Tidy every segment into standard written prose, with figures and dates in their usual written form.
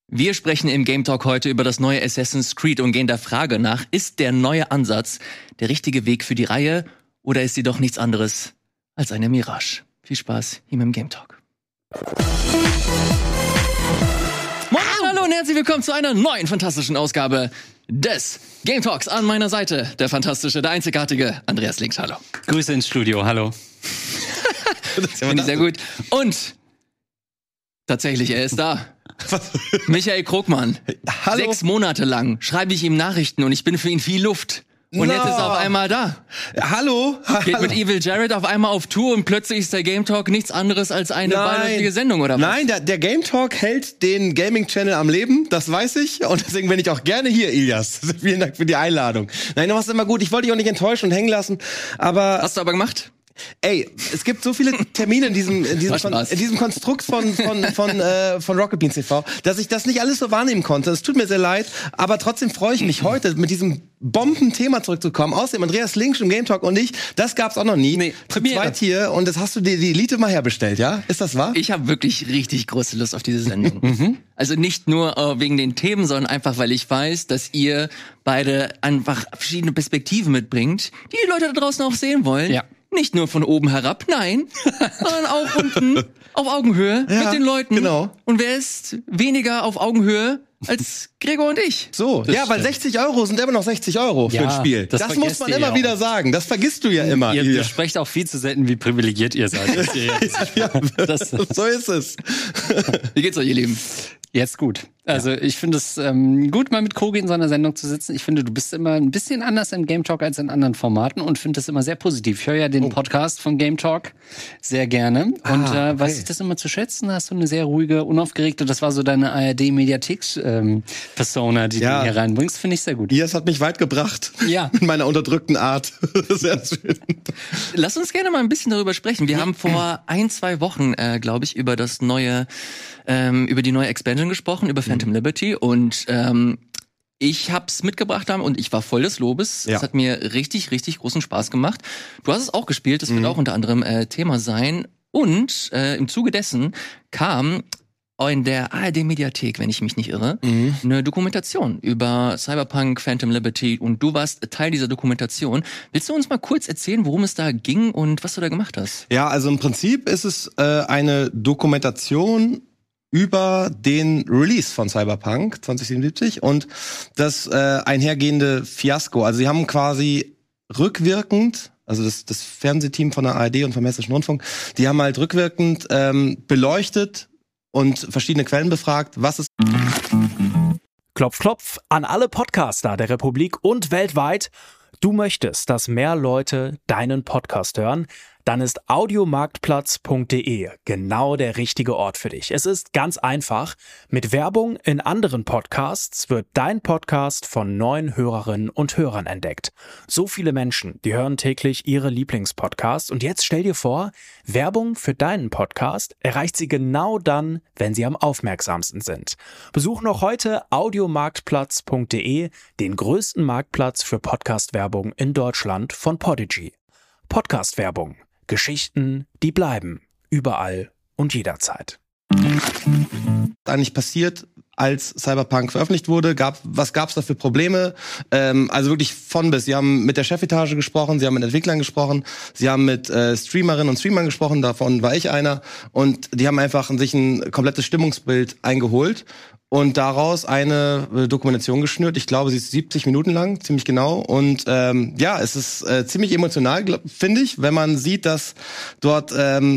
Wir sprechen im Game Talk heute über das neue Assassin's Creed und gehen der Frage nach, ist der neue Ansatz der richtige Weg für die Reihe oder ist sie doch nichts anderes als eine Mirage? Viel Spaß hier im Game Talk. Moin, hallo und herzlich willkommen zu einer neuen fantastischen Ausgabe des Game Talks. An meiner Seite der fantastische, der einzigartige Andreas Links. Hallo. Grüße ins Studio, hallo. Finde ich sehr gut. Und tatsächlich, er ist da. Michael Krogmann. Hallo. 6 Monate lang schreibe ich ihm Nachrichten und ich bin für ihn viel Luft. Und jetzt ist er auf einmal da. Hallo? Geht mit Evil Jared auf einmal auf Tour und plötzlich ist der Game Talk nichts anderes als eine beiläufige Sendung, oder was? Nein, der Game Talk hält den Gaming-Channel am Leben, das weiß ich. Und deswegen bin ich auch gerne hier, Ilias. Vielen Dank für die Einladung. Nein, du machst immer gut. Ich wollte dich auch nicht enttäuschen und hängen lassen, aber... Hast du aber gemacht? Ey, es gibt so viele Termine in diesem Konstrukt von Rocket Beans TV, dass ich das nicht alles so wahrnehmen konnte. Es tut mir sehr leid, aber trotzdem freue ich mich heute mit diesem Bombenthema zurückzukommen. Außerdem Andreas Links im Game Talk und ich, das gab's auch noch nie. Nee, zu zweit hier und das hast du dir die Elite mal herbestellt, ja? Ist das wahr? Ich habe wirklich richtig große Lust auf diese Sendung. Also nicht nur wegen den Themen, sondern einfach, weil ich weiß, dass ihr beide einfach verschiedene Perspektiven mitbringt, die Leute da draußen auch sehen wollen. Ja. Nicht nur von oben herab, nein, sondern auch unten auf Augenhöhe mit den Leuten. Genau. Und wer ist weniger auf Augenhöhe als Gregor und ich? So, Das ja, weil stimmt. 60 Euro sind immer noch 60 Euro für ein Spiel. das Das muss vergesst man ihr immer ja wieder auch. sagen. Das vergisst du ja immer. Ihr sprecht auch viel zu selten, wie privilegiert ihr seid. Ja, so ist es. Wie geht's euch, ihr Lieben? Jetzt gut. Also ich finde es gut, mal mit Krogi in so einer Sendung zu sitzen. Ich finde, du bist immer ein bisschen anders im Game Talk als in anderen Formaten und finde das immer sehr positiv. Ich höre ja den Podcast von Game Talk sehr gerne. Und okay. weiß ich das immer zu schätzen, hast du eine sehr ruhige, unaufgeregte, das war so deine ARD-Mediatheks-Persona, die du hier reinbringst. Finde ich sehr gut. Ilias hat mich weit gebracht. Ja. In meiner unterdrückten Art. Sehr schön. Lass uns gerne mal ein bisschen darüber sprechen. Wir haben vor 1-2 Wochen, glaube ich, über das neue, über die neue Expansion gesprochen, über Phantom Liberty und ich hab's mitgebracht und ich war voll des Lobes. Ja. Es hat mir richtig, richtig großen Spaß gemacht. Du hast es auch gespielt, das wird auch unter anderem Thema sein. Und im Zuge dessen kam in der ARD-Mediathek, wenn ich mich nicht irre, eine Dokumentation über Cyberpunk, Phantom Liberty und du warst Teil dieser Dokumentation. Willst du uns mal kurz erzählen, worum es da ging und was du da gemacht hast? Ja, also im Prinzip ist es eine Dokumentation über den Release von Cyberpunk 2077 und das einhergehende Fiasko. Also sie haben quasi rückwirkend, also das Fernsehteam von der ARD und vom Hessischen Rundfunk, die haben halt rückwirkend beleuchtet und verschiedene Quellen befragt, was ist... Klopf, klopf an alle Podcaster der Republik und weltweit. Du möchtest, dass mehr Leute deinen Podcast hören? Dann ist audiomarktplatz.de genau der richtige Ort für dich. Es ist ganz einfach. Mit Werbung in anderen Podcasts wird dein Podcast von neuen Hörerinnen und Hörern entdeckt. So viele Menschen, die hören täglich ihre Lieblingspodcasts und jetzt stell dir vor, Werbung für deinen Podcast erreicht sie genau dann, wenn sie am aufmerksamsten sind. Besuch noch heute audiomarktplatz.de, den größten Marktplatz für Podcast-Werbung in Deutschland von Podigy. Podcast-Werbung. Geschichten, die bleiben. Überall und jederzeit. Eigentlich passiert, als Cyberpunk veröffentlicht wurde? Was gab's da für Probleme? Also wirklich von bis. Sie haben mit der Chefetage gesprochen, sie haben mit Entwicklern gesprochen, sie haben mit Streamerinnen und Streamern gesprochen, davon war ich einer. Und die haben einfach sich ein komplettes Stimmungsbild eingeholt und daraus eine Dokumentation geschnürt. Ich glaube, sie ist 70 Minuten lang, ziemlich genau. Und es ist ziemlich emotional, finde ich, wenn man sieht, dass dort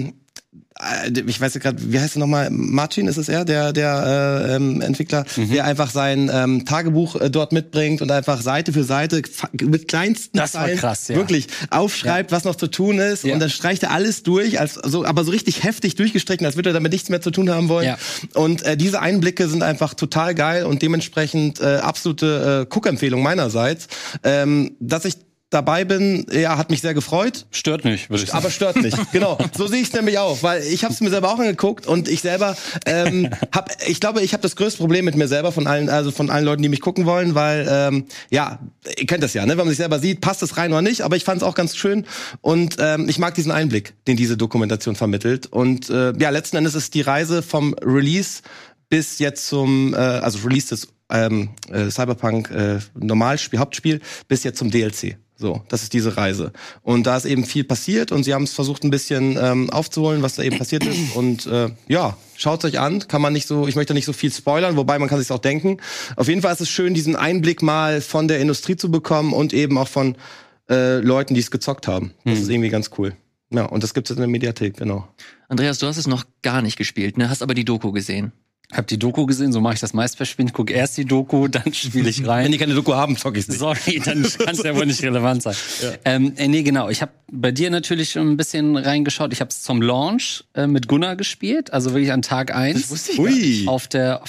ich weiß ja gerade, wie heißt er nochmal? Martin ist es der Entwickler, der einfach sein Tagebuch dort mitbringt und einfach Seite für Seite mit kleinsten Zeilen krass, ja. wirklich aufschreibt, was noch zu tun ist. Ja. Und dann streicht er alles durch, aber so richtig heftig durchgestrichen, als würde er damit nichts mehr zu tun haben wollen. Ja. Und diese Einblicke sind einfach total geil und dementsprechend absolute Guckempfehlung meinerseits. Dass ich dabei bin, ja, hat mich sehr gefreut. Stört nicht, würde ich sagen. Aber stört nicht, genau. So sehe ich es nämlich auch, weil ich habe es mir selber auch angeguckt und ich selber ich glaube, ich habe das größte Problem mit mir selber von allen Leuten, die mich gucken wollen, weil ihr kennt das ja, ne, wenn man sich selber sieht, passt es rein oder nicht, aber ich fand es auch ganz schön und ich mag diesen Einblick, den diese Dokumentation vermittelt und letzten Endes ist die Reise vom Release bis jetzt zum, also Release des Cyberpunk Normalspiel, Hauptspiel, bis jetzt zum DLC. So, das ist diese Reise. Und da ist eben viel passiert und sie haben es versucht, ein bisschen aufzuholen, was da eben passiert ist. Und ja, schaut's euch an. Kann man nicht so, ich möchte nicht so viel spoilern, wobei man kann sich's auch denken. Auf jeden Fall ist es schön, diesen Einblick mal von der Industrie zu bekommen und eben auch von Leuten, die es gezockt haben. Das ist irgendwie ganz cool. Ja, und das gibt's jetzt in der Mediathek, genau. Andreas, du hast es noch gar nicht gespielt, ne? Hast aber die Doku gesehen. Hab die Doku gesehen, so mache ich das meist bei Spielen. Guck erst die Doku, dann spiele ich rein. Wenn die keine Doku haben, zock ich's nicht. Sorry, dann kann es ja wohl nicht relevant sein. Ja. Nee, genau. Ich habe bei dir natürlich schon ein bisschen reingeschaut. Ich habe es zum Launch mit Gunnar gespielt, also wirklich an Tag 1. Das wusste ich gar nicht. Auf der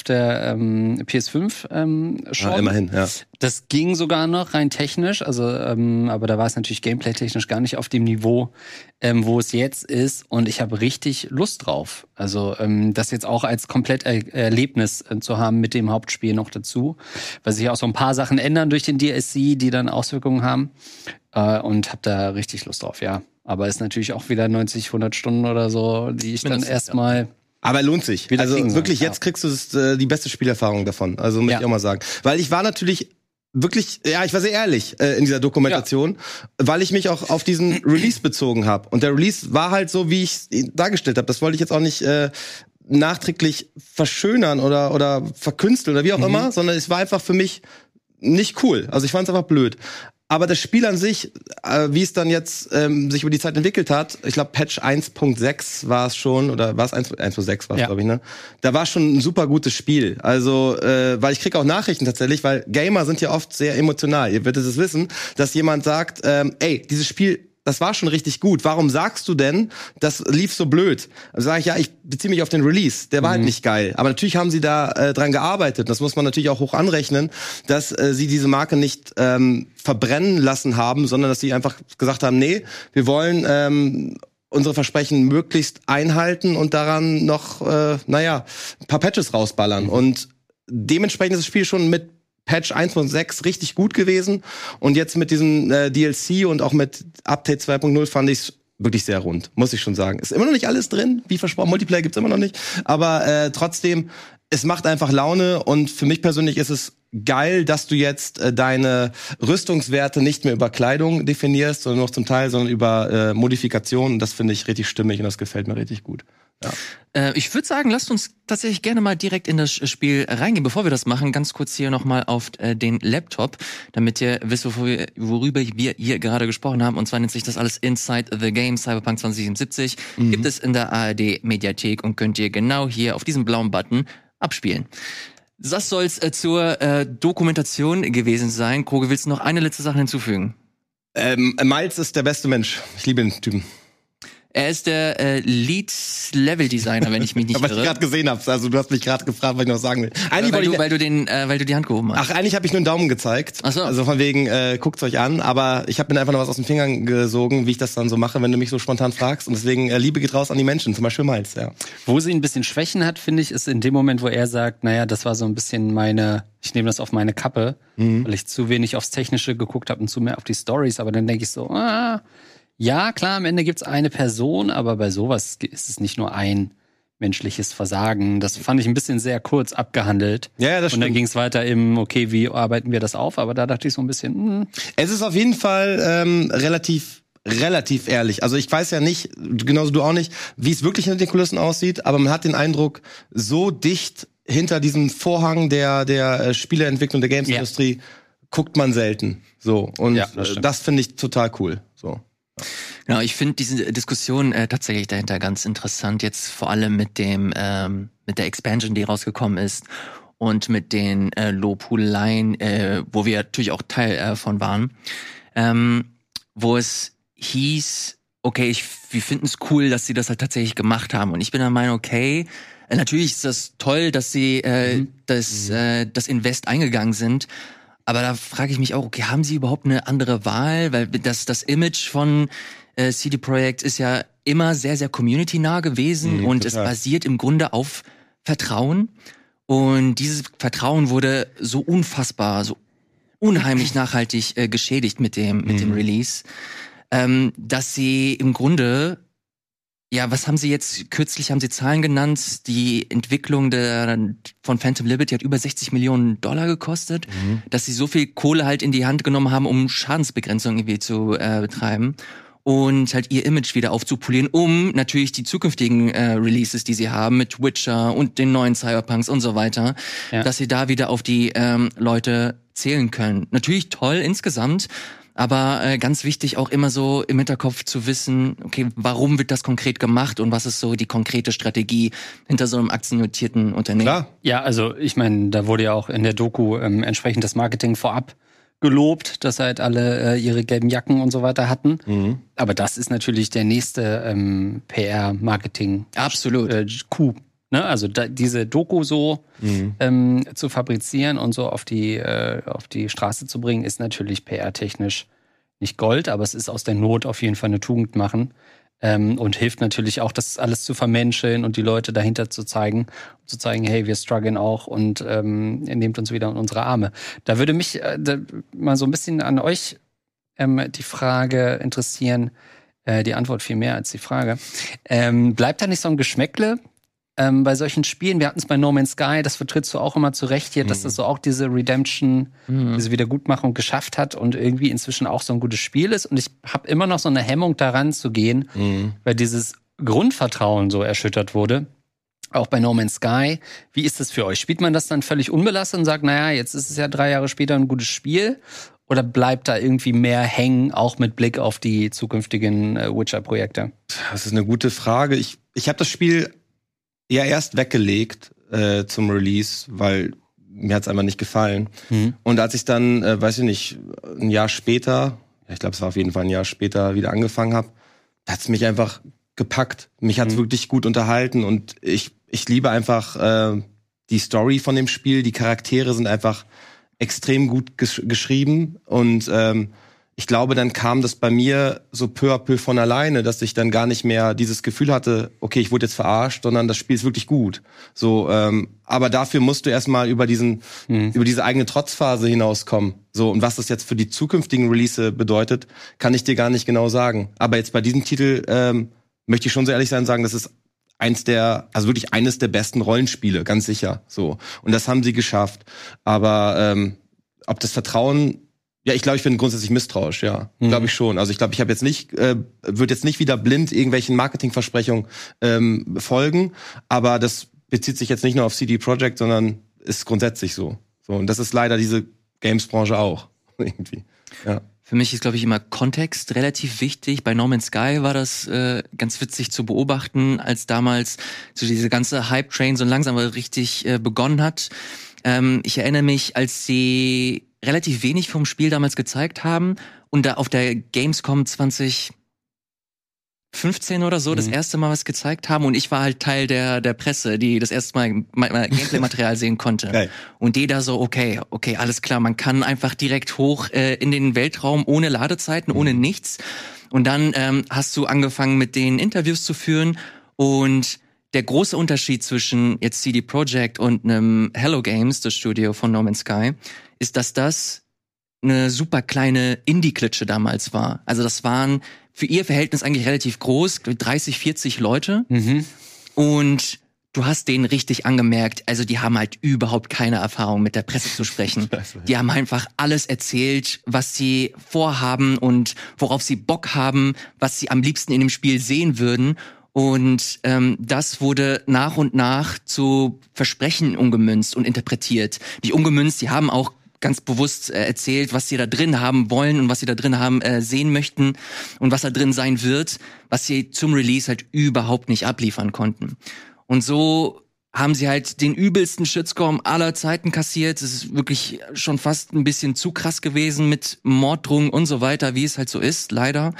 PS5 schon. Ja, immerhin, ja. Das ging sogar noch rein technisch, also aber da war es natürlich gameplay-technisch gar nicht auf dem Niveau, wo es jetzt ist. Und ich habe richtig Lust drauf. Also das jetzt auch als komplett Erlebnis zu haben mit dem Hauptspiel noch dazu, weil sich auch so ein paar Sachen ändern durch den DLC, die dann Auswirkungen haben. Und habe da richtig Lust drauf, ja. Aber ist natürlich auch wieder 90, 100 Stunden oder so, die ich dann erstmal... Aber lohnt sich. Also wirklich, jetzt kriegst du die beste Spielerfahrung davon. Also muss ich auch mal sagen. Weil ich war natürlich wirklich, ja, ich war sehr ehrlich in dieser Dokumentation, weil ich mich auch auf diesen Release bezogen habe. Und der Release war halt so, wie ich es dargestellt habe. Das wollte ich jetzt auch nicht nachträglich verschönern oder verkünsteln oder wie auch immer, sondern es war einfach für mich nicht cool. Also ich fand es einfach blöd. Aber das Spiel an sich, wie es dann jetzt sich über die Zeit entwickelt hat, ich glaube Patch 1.6 war es schon, oder war es 1.6 war es, glaube ich, ne? Da war schon ein super gutes Spiel. Also, weil ich kriege auch Nachrichten tatsächlich, weil Gamer sind ja oft sehr emotional. Ihr werdet es wissen, dass jemand sagt, ey, dieses Spiel, das war schon richtig gut. Warum sagst du denn, das lief so blöd? Also sage ich, ja, ich beziehe mich auf den Release. Der war halt nicht geil. Aber natürlich haben sie da dran gearbeitet. Das muss man natürlich auch hoch anrechnen, dass sie diese Marke nicht verbrennen lassen haben, sondern dass sie einfach gesagt haben, nee, wir wollen unsere Versprechen möglichst einhalten und daran noch, ein paar Patches rausballern. Und dementsprechend ist das Spiel schon mit Patch 1.6 richtig gut gewesen. Und jetzt mit diesem DLC und auch mit Update 2.0 fand ich es wirklich sehr rund, muss ich schon sagen. Ist immer noch nicht alles drin, wie versprochen. Multiplayer gibt's immer noch nicht. Aber trotzdem, es macht einfach Laune. Und für mich persönlich ist es geil, dass du jetzt deine Rüstungswerte nicht mehr über Kleidung definierst, sondern noch zum Teil, sondern über Modifikationen. Das finde ich richtig stimmig und das gefällt mir richtig gut. Ja. Ich würde sagen, lasst uns tatsächlich gerne mal direkt in das Spiel reingehen. Bevor wir das machen, ganz kurz hier nochmal auf den Laptop, damit ihr wisst, worüber wir hier gerade gesprochen haben. Und zwar nennt sich das alles Inside the Game Cyberpunk 2077. Gibt es in der ARD Mediathek und könnt ihr genau hier auf diesem blauen Button abspielen. Das soll's zur Dokumentation gewesen sein. Kroge, willst du noch eine letzte Sache hinzufügen? Miles ist der beste Mensch. Ich liebe den Typen. Er ist der Lead-Level-Designer, wenn ich mich nicht irre. Was ich gerade gesehen habe. Also du hast mich gerade gefragt, was ich noch sagen will. Weil du die Hand gehoben hast. Ach, eigentlich habe ich nur einen Daumen gezeigt. Ach so. Also von wegen, guckt's euch an. Aber ich habe mir einfach noch was aus den Fingern gesogen, wie ich das dann so mache, wenn du mich so spontan fragst. Und deswegen, Liebe geht raus an die Menschen, zum Beispiel Miles, ja. Wo sie ein bisschen Schwächen hat, finde ich, ist in dem Moment, wo er sagt, naja, das war so ein bisschen ich nehme das auf meine Kappe, weil ich zu wenig aufs Technische geguckt habe und zu mehr auf die Stories. Aber dann denke ich so, ja, klar, am Ende gibt's eine Person, aber bei sowas ist es nicht nur ein menschliches Versagen. Das fand ich ein bisschen sehr kurz abgehandelt. Ja, das stimmt. Und dann ging's weiter okay, wie arbeiten wir das auf? Aber da dachte ich so ein bisschen, Es ist auf jeden Fall relativ ehrlich. Also ich weiß ja nicht, genauso du auch nicht, wie es wirklich hinter den Kulissen aussieht, aber man hat den Eindruck, so dicht hinter diesem Vorhang der Spieleentwicklung, der Games-Industrie guckt man selten. So. Und das finde ich total cool. So. Genau, ich finde diese Diskussion tatsächlich dahinter ganz interessant. Jetzt vor allem mit der Expansion, die rausgekommen ist und mit den Lobhudeleien, wo wir natürlich auch Teil von waren, wo es hieß, okay, wir finden es cool, dass sie das halt tatsächlich gemacht haben. Und ich bin der Meinung, okay, natürlich ist das toll, dass sie das Invest eingegangen sind. Aber da frage ich mich auch, okay, haben sie überhaupt eine andere Wahl? Weil das Image von CD Projekt ist ja immer sehr, sehr community-nah gewesen und total. Es basiert im Grunde auf Vertrauen. Und dieses Vertrauen wurde so unfassbar, so unheimlich nachhaltig geschädigt mit dem Release, dass sie im Grunde Ja, was haben sie jetzt, kürzlich haben sie Zahlen genannt, die Entwicklung von Phantom Liberty hat über $60 Millionen gekostet, dass sie so viel Kohle halt in die Hand genommen haben, um Schadensbegrenzung irgendwie zu betreiben und halt ihr Image wieder aufzupolieren, um natürlich die zukünftigen Releases, die sie haben mit Witcher und den neuen Cyberpunks und so weiter, dass sie da wieder auf die Leute zählen können. Natürlich toll insgesamt, aber ganz wichtig auch immer so im Hinterkopf zu wissen, okay, warum wird das konkret gemacht und was ist so die konkrete Strategie hinter so einem aktiennotierten Unternehmen? Klar. Ja, also ich meine, da wurde ja auch in der Doku entsprechend das Marketing vorab gelobt, dass halt alle ihre gelben Jacken und so weiter hatten. Aber das ist natürlich der nächste PR-Marketing. Absolut. Coup. Ne? Also diese Doku so zu fabrizieren und so auf die Straße zu bringen, ist natürlich PR-technisch nicht Gold, aber es ist aus der Not auf jeden Fall eine Tugend machen und hilft natürlich auch, das alles zu vermenscheln und die Leute dahinter zu zeigen, hey, wir strugglen auch und nehmt uns wieder in unsere Arme. Da würde mich mal so ein bisschen an euch die Frage interessieren, die Antwort viel mehr als die Frage. Bleibt da nicht so ein Geschmäckle bei solchen Spielen? Wir hatten es bei No Man's Sky, das vertrittst du auch immer zu Recht hier, dass das so auch diese Redemption, diese Wiedergutmachung geschafft hat und irgendwie inzwischen auch so ein gutes Spiel ist. Und ich habe immer noch so eine Hemmung, daran zu gehen, weil dieses Grundvertrauen so erschüttert wurde. Auch bei No Man's Sky. Wie ist das für euch? Spielt man das dann völlig unbelastet und sagt, naja, jetzt ist es ja 3 Jahre später ein gutes Spiel? Oder bleibt da irgendwie mehr hängen, auch mit Blick auf die zukünftigen Witcher-Projekte? Das ist eine gute Frage. Ich habe das Spiel ja erst weggelegt zum Release, weil mir hat's einfach nicht gefallen. Und als ich dann, weiß ich nicht, ein Jahr später, ich glaube, es war auf jeden Fall ein Jahr später, wieder angefangen habe, hat's mich einfach gepackt. Mich hat's wirklich gut unterhalten und ich liebe einfach die Story von dem Spiel. Die Charaktere sind einfach extrem gut geschrieben und ich glaube, dann kam das bei mir so peu à peu von alleine, dass ich dann gar nicht mehr dieses Gefühl hatte, okay, ich wurde jetzt verarscht, sondern das Spiel ist wirklich gut. So, aber dafür musst du erstmal über diese eigene Trotzphase hinauskommen. So, und was das jetzt für die zukünftigen Release bedeutet, kann ich dir gar nicht genau sagen. Aber jetzt bei diesem Titel möchte ich schon so ehrlich sein und sagen, das ist eines der besten Rollenspiele, ganz sicher. So. Und das haben sie geschafft. Aber ob das Vertrauen, ja, ich glaube, ich bin grundsätzlich misstrauisch, ja. Glaube ich schon. Also ich glaube, ich habe jetzt nicht, würde jetzt nicht wieder blind irgendwelchen Marketingversprechungen folgen, aber das bezieht sich jetzt nicht nur auf CD Projekt, sondern ist grundsätzlich so. So, und das ist leider diese Games-Branche auch. Irgendwie. Ja. Für mich ist, glaube ich, immer Kontext relativ wichtig. Bei No Man's Sky war das ganz witzig zu beobachten, als damals so diese ganze Hype-Train so langsam richtig begonnen hat. Ich erinnere mich, als sie relativ wenig vom Spiel damals gezeigt haben und da auf der Gamescom 2015 oder so das erste Mal was gezeigt haben und ich war halt Teil der Presse, die das erste Mal Gameplay-Material sehen konnte. Geil. Und die da so, okay, alles klar, man kann einfach direkt hoch in den Weltraum ohne Ladezeiten, ohne nichts. Und dann hast du angefangen mit den Interviews zu führen und der große Unterschied zwischen jetzt CD Projekt und einem Hello Games, das Studio von No Man's Sky, ist, dass das eine super kleine Indie-Klitsche damals war. Also das waren für ihr Verhältnis eigentlich relativ groß, 30, 40 Leute. Und du hast denen richtig angemerkt, also die haben halt überhaupt keine Erfahrung mit der Presse zu sprechen. Die haben einfach alles erzählt, was sie vorhaben und worauf sie Bock haben, was sie am liebsten in dem Spiel sehen würden. Und das wurde nach und nach zu Versprechen umgemünzt und interpretiert. Nicht umgemünzt, die haben auch ganz bewusst erzählt, was sie da drin haben wollen und was sie da drin haben sehen möchten und was da drin sein wird, was sie zum Release halt überhaupt nicht abliefern konnten. Und so haben sie halt den übelsten Shitstorm aller Zeiten kassiert. Es ist wirklich schon fast ein bisschen zu krass gewesen mit Morddrohungen und so weiter, wie es halt so ist, leider.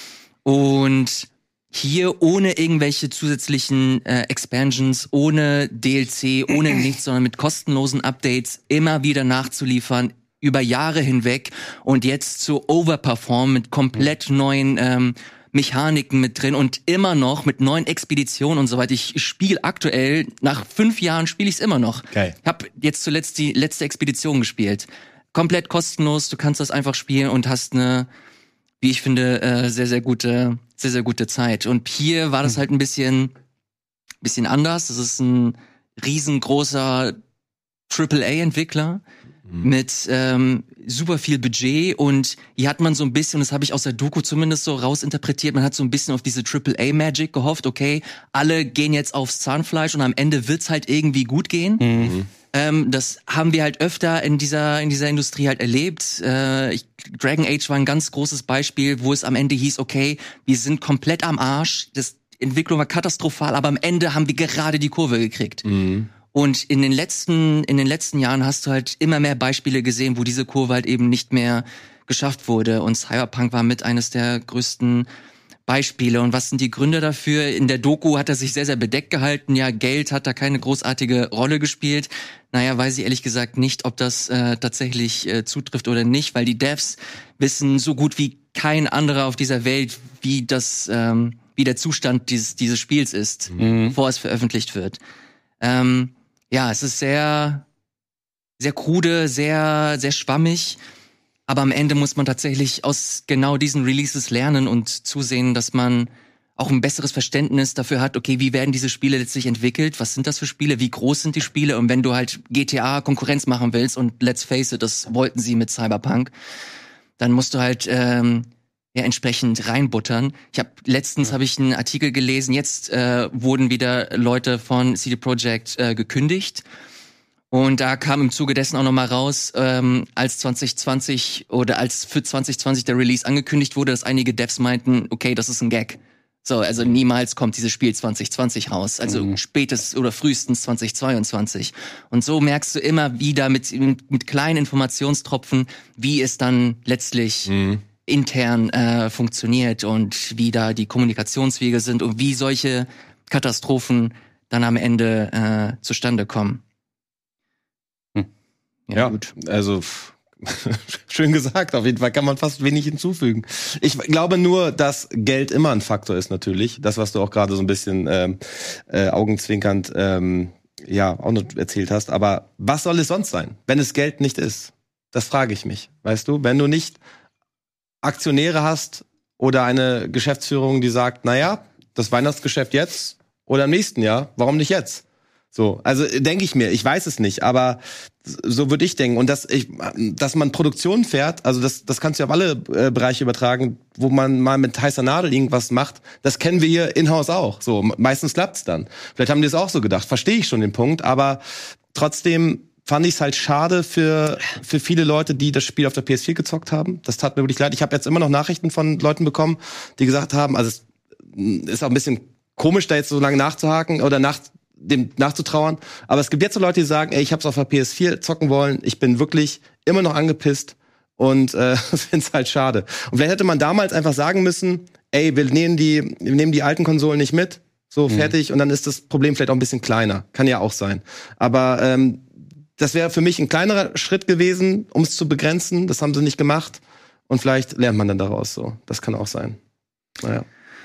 Und hier ohne irgendwelche zusätzlichen Expansions, ohne DLC, ohne nichts, sondern mit kostenlosen Updates immer wieder nachzuliefern, über Jahre hinweg und jetzt zu overperformen mit komplett neuen Mechaniken mit drin und immer noch mit neuen Expeditionen und so weiter. Ich spiele aktuell, nach 5 Jahren spiele ich es immer noch. Geil. Ich habe jetzt zuletzt die letzte Expedition gespielt. Komplett kostenlos, du kannst das einfach spielen und hast eine wie ich finde, sehr, sehr gute Zeit. Und hier war das halt ein bisschen anders. Das ist ein riesengroßer AAA-Entwickler mit super viel Budget, und hier hat man so ein bisschen, das habe ich aus der Doku zumindest so rausinterpretiert, man hat so ein bisschen auf diese AAA-Magic gehofft, okay, alle gehen jetzt aufs Zahnfleisch und am Ende wird's halt irgendwie gut gehen. Das haben wir halt öfter in dieser Industrie halt erlebt. Dragon Age war ein ganz großes Beispiel, wo es am Ende hieß, okay, wir sind komplett am Arsch, die Entwicklung war katastrophal, aber am Ende haben wir gerade die Kurve gekriegt. Und in den letzten Jahren hast du halt immer mehr Beispiele gesehen, wo diese Kurve halt eben nicht mehr geschafft wurde. Und Cyberpunk war mit eines der größten Beispiele. Und was sind die Gründe dafür? In der Doku hat er sich sehr, sehr bedeckt gehalten. Ja, Geld hat da keine großartige Rolle gespielt. Naja, weiß ich ehrlich gesagt nicht, ob das tatsächlich zutrifft oder nicht, weil die Devs wissen so gut wie kein anderer auf dieser Welt, wie der Zustand dieses Spiels ist, bevor es veröffentlicht wird. Ja, es ist sehr, sehr krude, sehr, sehr schwammig. Aber am Ende muss man tatsächlich aus genau diesen Releases lernen und zusehen, dass man auch ein besseres Verständnis dafür hat, okay, wie werden diese Spiele letztlich entwickelt? Was sind das für Spiele? Wie groß sind die Spiele? Und wenn du halt GTA Konkurrenz machen willst, und let's face it, das wollten sie mit Cyberpunk, dann musst du halt entsprechend reinbuttern. Letztens habe ich einen Artikel gelesen, jetzt wurden wieder Leute von CD Projekt gekündigt. Und da kam im Zuge dessen auch nochmal raus, als 2020 oder als für 2020 der Release angekündigt wurde, dass einige Devs meinten, okay, das ist ein Gag. So, also niemals kommt dieses Spiel 2020 raus. Also spätestens oder frühestens 2022. Und so merkst du immer wieder mit kleinen Informationstropfen, wie es dann letztlich intern funktioniert und wie da die Kommunikationswege sind und wie solche Katastrophen dann am Ende zustande kommen. Ja, gut. Also schön gesagt, auf jeden Fall kann man fast wenig hinzufügen. Ich glaube nur, dass Geld immer ein Faktor ist natürlich. Das, was du auch gerade so ein bisschen augenzwinkernd auch noch erzählt hast. Aber was soll es sonst sein, wenn es Geld nicht ist? Das frage ich mich, weißt du? Wenn du nicht Aktionäre hast oder eine Geschäftsführung, die sagt, naja, das Weihnachtsgeschäft jetzt oder im nächsten Jahr, warum nicht jetzt? So, also denke ich mir, ich weiß es nicht, aber so würde ich denken. Und dass man Produktion fährt, also das kannst du auf alle Bereiche übertragen, wo man mal mit heißer Nadel irgendwas macht, das kennen wir hier in-house auch. So, meistens klappt's dann. Vielleicht haben die es auch so gedacht, verstehe ich schon den Punkt, aber trotzdem fand ich es halt schade für viele Leute, die das Spiel auf der PS4 gezockt haben. Das tat mir wirklich leid. Ich habe jetzt immer noch Nachrichten von Leuten bekommen, die gesagt haben, also es ist auch ein bisschen komisch, da jetzt so lange nachzuhaken oder dem nachzutrauern. Aber es gibt jetzt so Leute, die sagen, ey, ich hab's auf der PS4 zocken wollen. Ich bin wirklich immer noch angepisst und find's halt schade. Und vielleicht hätte man damals einfach sagen müssen, ey, wir nehmen die alten Konsolen nicht mit, so fertig, und dann ist das Problem vielleicht auch ein bisschen kleiner. Kann ja auch sein. Aber das wäre für mich ein kleinerer Schritt gewesen, um es zu begrenzen. Das haben sie nicht gemacht. Und vielleicht lernt man dann daraus so. Das kann auch sein. Naja.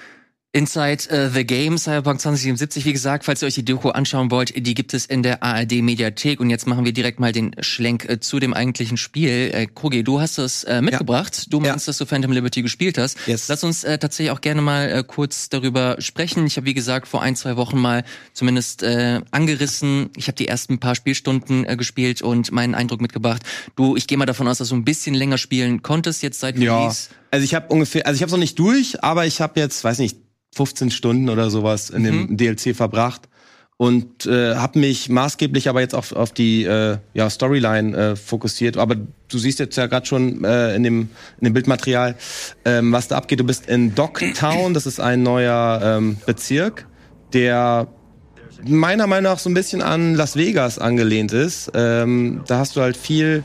Inside the Game, Cyberpunk 2077, wie gesagt, falls ihr euch die Doku anschauen wollt, die gibt es in der ARD-Mediathek. Und jetzt machen wir direkt mal den Schlenk zu dem eigentlichen Spiel. Kogi, du hast es mitgebracht. Ja. Du meinst, dass du Phantom Liberty gespielt hast. Yes. Lass uns tatsächlich auch gerne mal kurz darüber sprechen. Ich habe, wie gesagt, vor 1-2 Wochen mal zumindest angerissen. Ich habe die ersten paar Spielstunden gespielt und meinen Eindruck mitgebracht. Ich gehe mal davon aus, dass du ein bisschen länger spielen konntest jetzt seit Release. Also ich habe es noch nicht durch, aber ich habe jetzt, weiß nicht, 15 Stunden oder sowas in dem DLC verbracht und habe mich maßgeblich aber jetzt auf die Storyline fokussiert. Aber du siehst jetzt ja gerade schon in dem Bildmaterial, was da abgeht. Du bist in Dogtown, das ist ein neuer Bezirk, der meiner Meinung nach so ein bisschen an Las Vegas angelehnt ist. Da hast du halt viel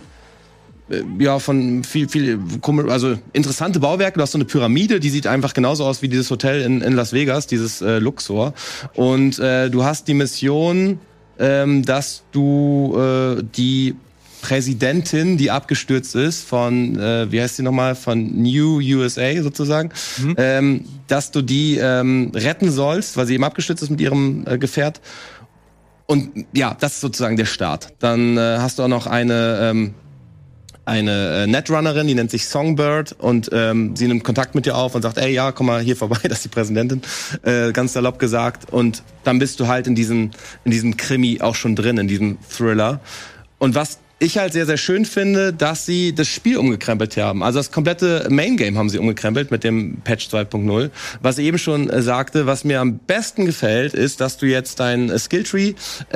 also interessante Bauwerke. Du hast so eine Pyramide, die sieht einfach genauso aus wie dieses Hotel in Las Vegas, dieses Luxor. Und du hast die Mission, dass du die Präsidentin, die abgestürzt ist von, wie heißt sie nochmal, von New USA sozusagen, dass du die retten sollst, weil sie eben abgestürzt ist mit ihrem Gefährt. Und ja, das ist sozusagen der Start. Dann hast du auch noch eine eine Netrunnerin, die nennt sich Songbird und sie nimmt Kontakt mit dir auf und sagt, ey, ja, komm mal hier vorbei, das ist die Präsidentin, ganz salopp gesagt. Und dann bist du halt in diesem Krimi auch schon drin, in diesem Thriller. Und was ich halt sehr, sehr schön finde, dass sie das Spiel umgekrempelt haben. Also das komplette Main Game haben sie umgekrempelt mit dem Patch 2.0. Was ich eben schon sagte, was mir am besten gefällt, ist, dass du jetzt dein Skilltree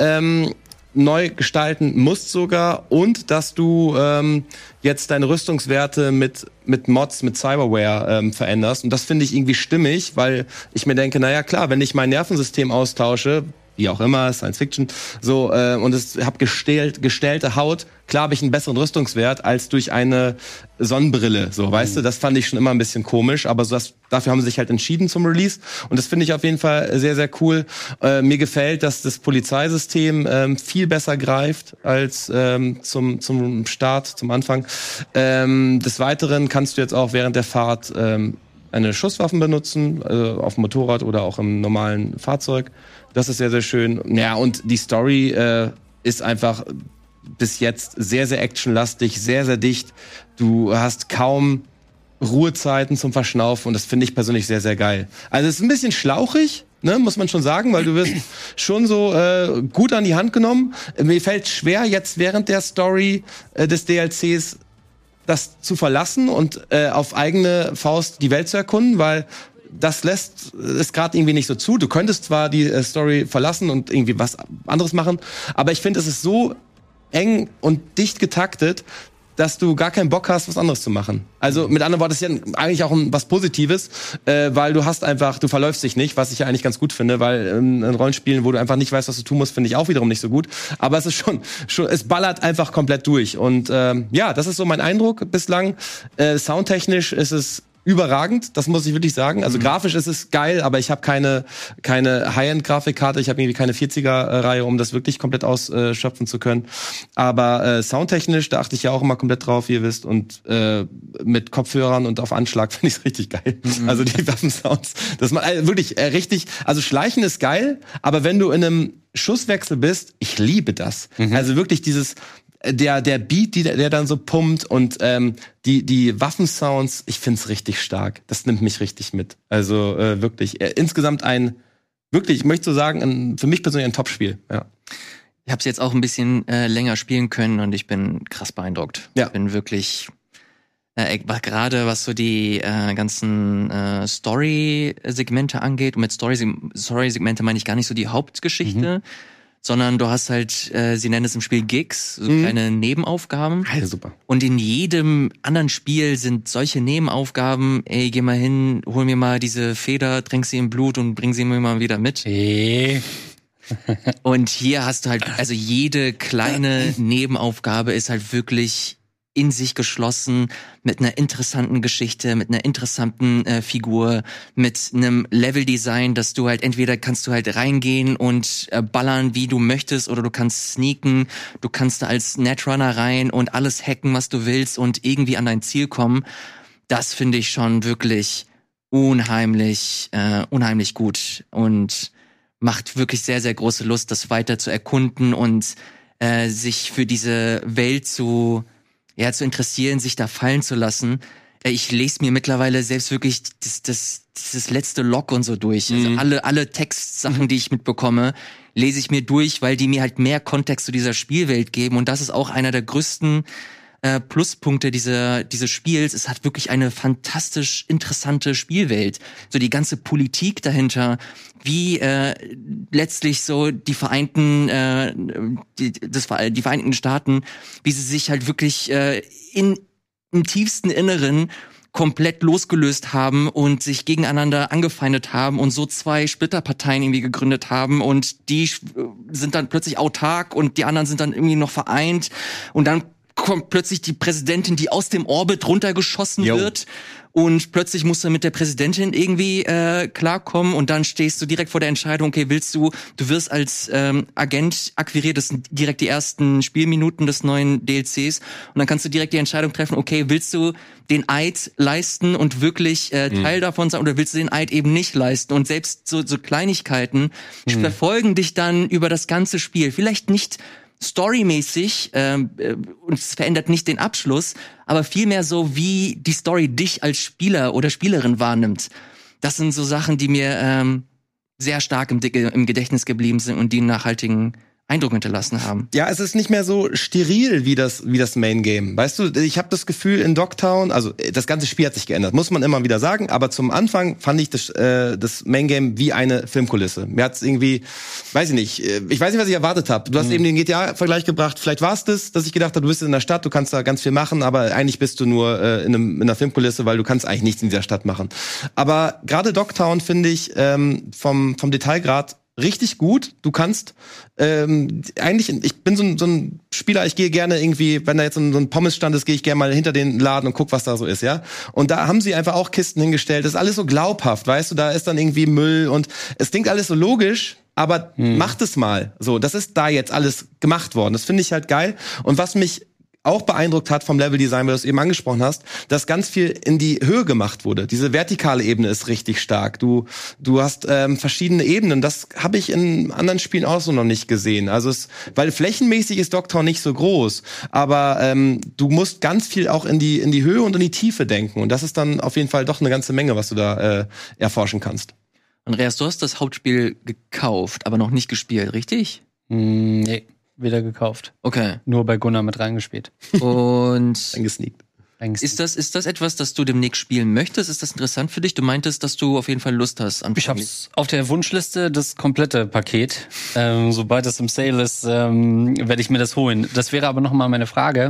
neu gestalten musst sogar und dass du jetzt deine Rüstungswerte mit Mods, mit Cyberware veränderst. Und das finde ich irgendwie stimmig, weil ich mir denke, naja klar, wenn ich mein Nervensystem austausche, wie auch immer, Science Fiction, so, und hab gestellte Haut, klar habe ich einen besseren Rüstungswert als durch eine Sonnenbrille, so, weißt du, das fand ich schon immer ein bisschen komisch, aber dafür haben sie sich halt entschieden zum Release und das finde ich auf jeden Fall sehr, sehr cool. Mir gefällt, dass das Polizeisystem viel besser greift als zum Start, zum Anfang. Des Weiteren kannst du jetzt auch während der Fahrt eine Schusswaffen benutzen, auf dem Motorrad oder auch im normalen Fahrzeug. Das ist sehr, sehr schön. Ja, und die Story ist einfach bis jetzt sehr, sehr actionlastig, sehr, sehr dicht. Du hast kaum Ruhezeiten zum Verschnaufen und das finde ich persönlich sehr, sehr geil. Also es ist ein bisschen schlauchig, ne, muss man schon sagen, weil du wirst schon so gut an die Hand genommen. Mir fällt schwer, jetzt während der Story des DLCs das zu verlassen und auf eigene Faust die Welt zu erkunden, weil das lässt es gerade irgendwie nicht so zu. Du könntest zwar die Story verlassen und irgendwie was anderes machen, aber ich finde, es ist so eng und dicht getaktet, dass du gar keinen Bock hast, was anderes zu machen. Also mit anderen Worten, das ist ja eigentlich auch was Positives, weil du verläufst dich nicht, was ich ja eigentlich ganz gut finde, weil in Rollenspielen, wo du einfach nicht weißt, was du tun musst, finde ich auch wiederum nicht so gut. Aber es ist schon es ballert einfach komplett durch. Und ja, das ist so mein Eindruck bislang. Soundtechnisch ist es überragend, das muss ich wirklich sagen. Also grafisch ist es geil, aber ich habe keine High-End-Grafikkarte, ich habe irgendwie keine 40er-Reihe, um das wirklich komplett ausschöpfen zu können. Aber soundtechnisch, da achte ich ja auch immer komplett drauf, wie ihr wisst. Und mit Kopfhörern und auf Anschlag finde ich es richtig geil. Also die Waffensounds, das man wirklich richtig, also Schleichen ist geil, aber wenn du in einem Schusswechsel bist, ich liebe das. Also wirklich dieses der Beat, der dann so pumpt und die Waffensounds, ich find's richtig stark. Das nimmt mich richtig mit. Also wirklich insgesamt ich möchte so sagen, für mich persönlich ein Top-Spiel. Ja. Ich habe es jetzt auch ein bisschen länger spielen können und ich bin krass beeindruckt. Ja. Ich bin wirklich gerade was so die ganzen Story-Segmente angeht. Und mit Story-Segmente meine ich gar nicht so die Hauptgeschichte, sondern du hast halt, sie nennen es im Spiel Gigs, so kleine Nebenaufgaben. Ja, super. Und in jedem anderen Spiel sind solche Nebenaufgaben, ey, geh mal hin, hol mir mal diese Feder, trink sie im Blut und bring sie mir mal wieder mit. Und hier hast du halt, also jede kleine Nebenaufgabe ist halt wirklich in sich geschlossen, mit einer interessanten Geschichte, mit einer interessanten Figur, mit einem Leveldesign, dass du halt entweder kannst du halt reingehen und ballern, wie du möchtest, oder du kannst sneaken, du kannst da als Netrunner rein und alles hacken, was du willst und irgendwie an dein Ziel kommen. Das finde ich schon wirklich unheimlich gut und macht wirklich sehr, sehr große Lust, das weiter zu erkunden und sich für diese Welt zu interessieren, sich da fallen zu lassen. Ich lese mir mittlerweile selbst wirklich dieses letzte Log und so durch. Also alle Textsachen, die ich mitbekomme, lese ich mir durch, weil die mir halt mehr Kontext zu dieser Spielwelt geben. Und das ist auch einer der größten Pluspunkte dieses Spiels. Es hat wirklich eine fantastisch interessante Spielwelt. So die ganze Politik dahinter, wie letztlich so die Vereinigten Staaten, wie sie sich halt wirklich im tiefsten Inneren komplett losgelöst haben und sich gegeneinander angefeindet haben und so zwei Splitterparteien irgendwie gegründet haben und die sind dann plötzlich autark und die anderen sind dann irgendwie noch vereint und dann kommt plötzlich die Präsidentin, die aus dem Orbit runtergeschossen wird und plötzlich musst du mit der Präsidentin irgendwie klarkommen und dann stehst du direkt vor der Entscheidung, okay, du wirst als Agent akquiriert, das sind direkt die ersten Spielminuten des neuen DLCs und dann kannst du direkt die Entscheidung treffen, okay, willst du den Eid leisten und wirklich Teil davon sein oder willst du den Eid eben nicht leisten und selbst so Kleinigkeiten verfolgen dich dann über das ganze Spiel, vielleicht nicht storymäßig und es verändert nicht den Abschluss, aber vielmehr so, wie die Story dich als Spieler oder Spielerin wahrnimmt. Das sind so Sachen, die mir sehr stark im Gedächtnis geblieben sind und die einen nachhaltigen Eindruck hinterlassen haben. Ja, es ist nicht mehr so steril wie das Main Game. Weißt du, ich habe das Gefühl in Dogtown, also das ganze Spiel hat sich geändert, muss man immer wieder sagen, aber zum Anfang fand ich das Main Game wie eine Filmkulisse. Mir hat's irgendwie, weiß ich nicht, was ich erwartet habe. Du hast eben den GTA-Vergleich gebracht, vielleicht war es das, dass ich gedacht habe, du bist in der Stadt, du kannst da ganz viel machen, aber eigentlich bist du nur in einer Filmkulisse, weil du kannst eigentlich nichts in dieser Stadt machen. Aber gerade Dogtown finde ich vom Detailgrad richtig gut. Du kannst eigentlich, ich bin so ein Spieler, ich gehe gerne irgendwie, wenn da jetzt so ein Pommesstand ist, gehe ich gerne mal hinter den Laden und guck, was da so ist, ja. Und da haben sie einfach auch Kisten hingestellt. Das ist alles so glaubhaft, weißt du, da ist dann irgendwie Müll und es klingt alles so logisch, aber macht es mal. So, das ist da jetzt alles gemacht worden. Das finde ich halt geil. Und was mich auch beeindruckt hat vom Leveldesign, weil du es eben angesprochen hast, dass ganz viel in die Höhe gemacht wurde. Diese vertikale Ebene ist richtig stark. Du hast verschiedene Ebenen. Das habe ich in anderen Spielen auch so noch nicht gesehen. Also weil flächenmäßig ist Dogtown nicht so groß, aber du musst ganz viel auch in die Höhe und in die Tiefe denken. Und das ist dann auf jeden Fall doch eine ganze Menge, was du da erforschen kannst. Andreas, du hast das Hauptspiel gekauft, aber noch nicht gespielt, richtig? Nee. Wieder gekauft. Okay. Nur bei Gunnar mit reingespielt. Und Eingesneakt. ist das etwas, das du demnächst spielen möchtest? Ist das interessant für dich? Du meintest, dass du auf jeden Fall Lust hast. Ich hab's auf der Wunschliste, das komplette Paket. Sobald es im Sale ist, werde ich mir das holen. Das wäre aber noch mal meine Frage.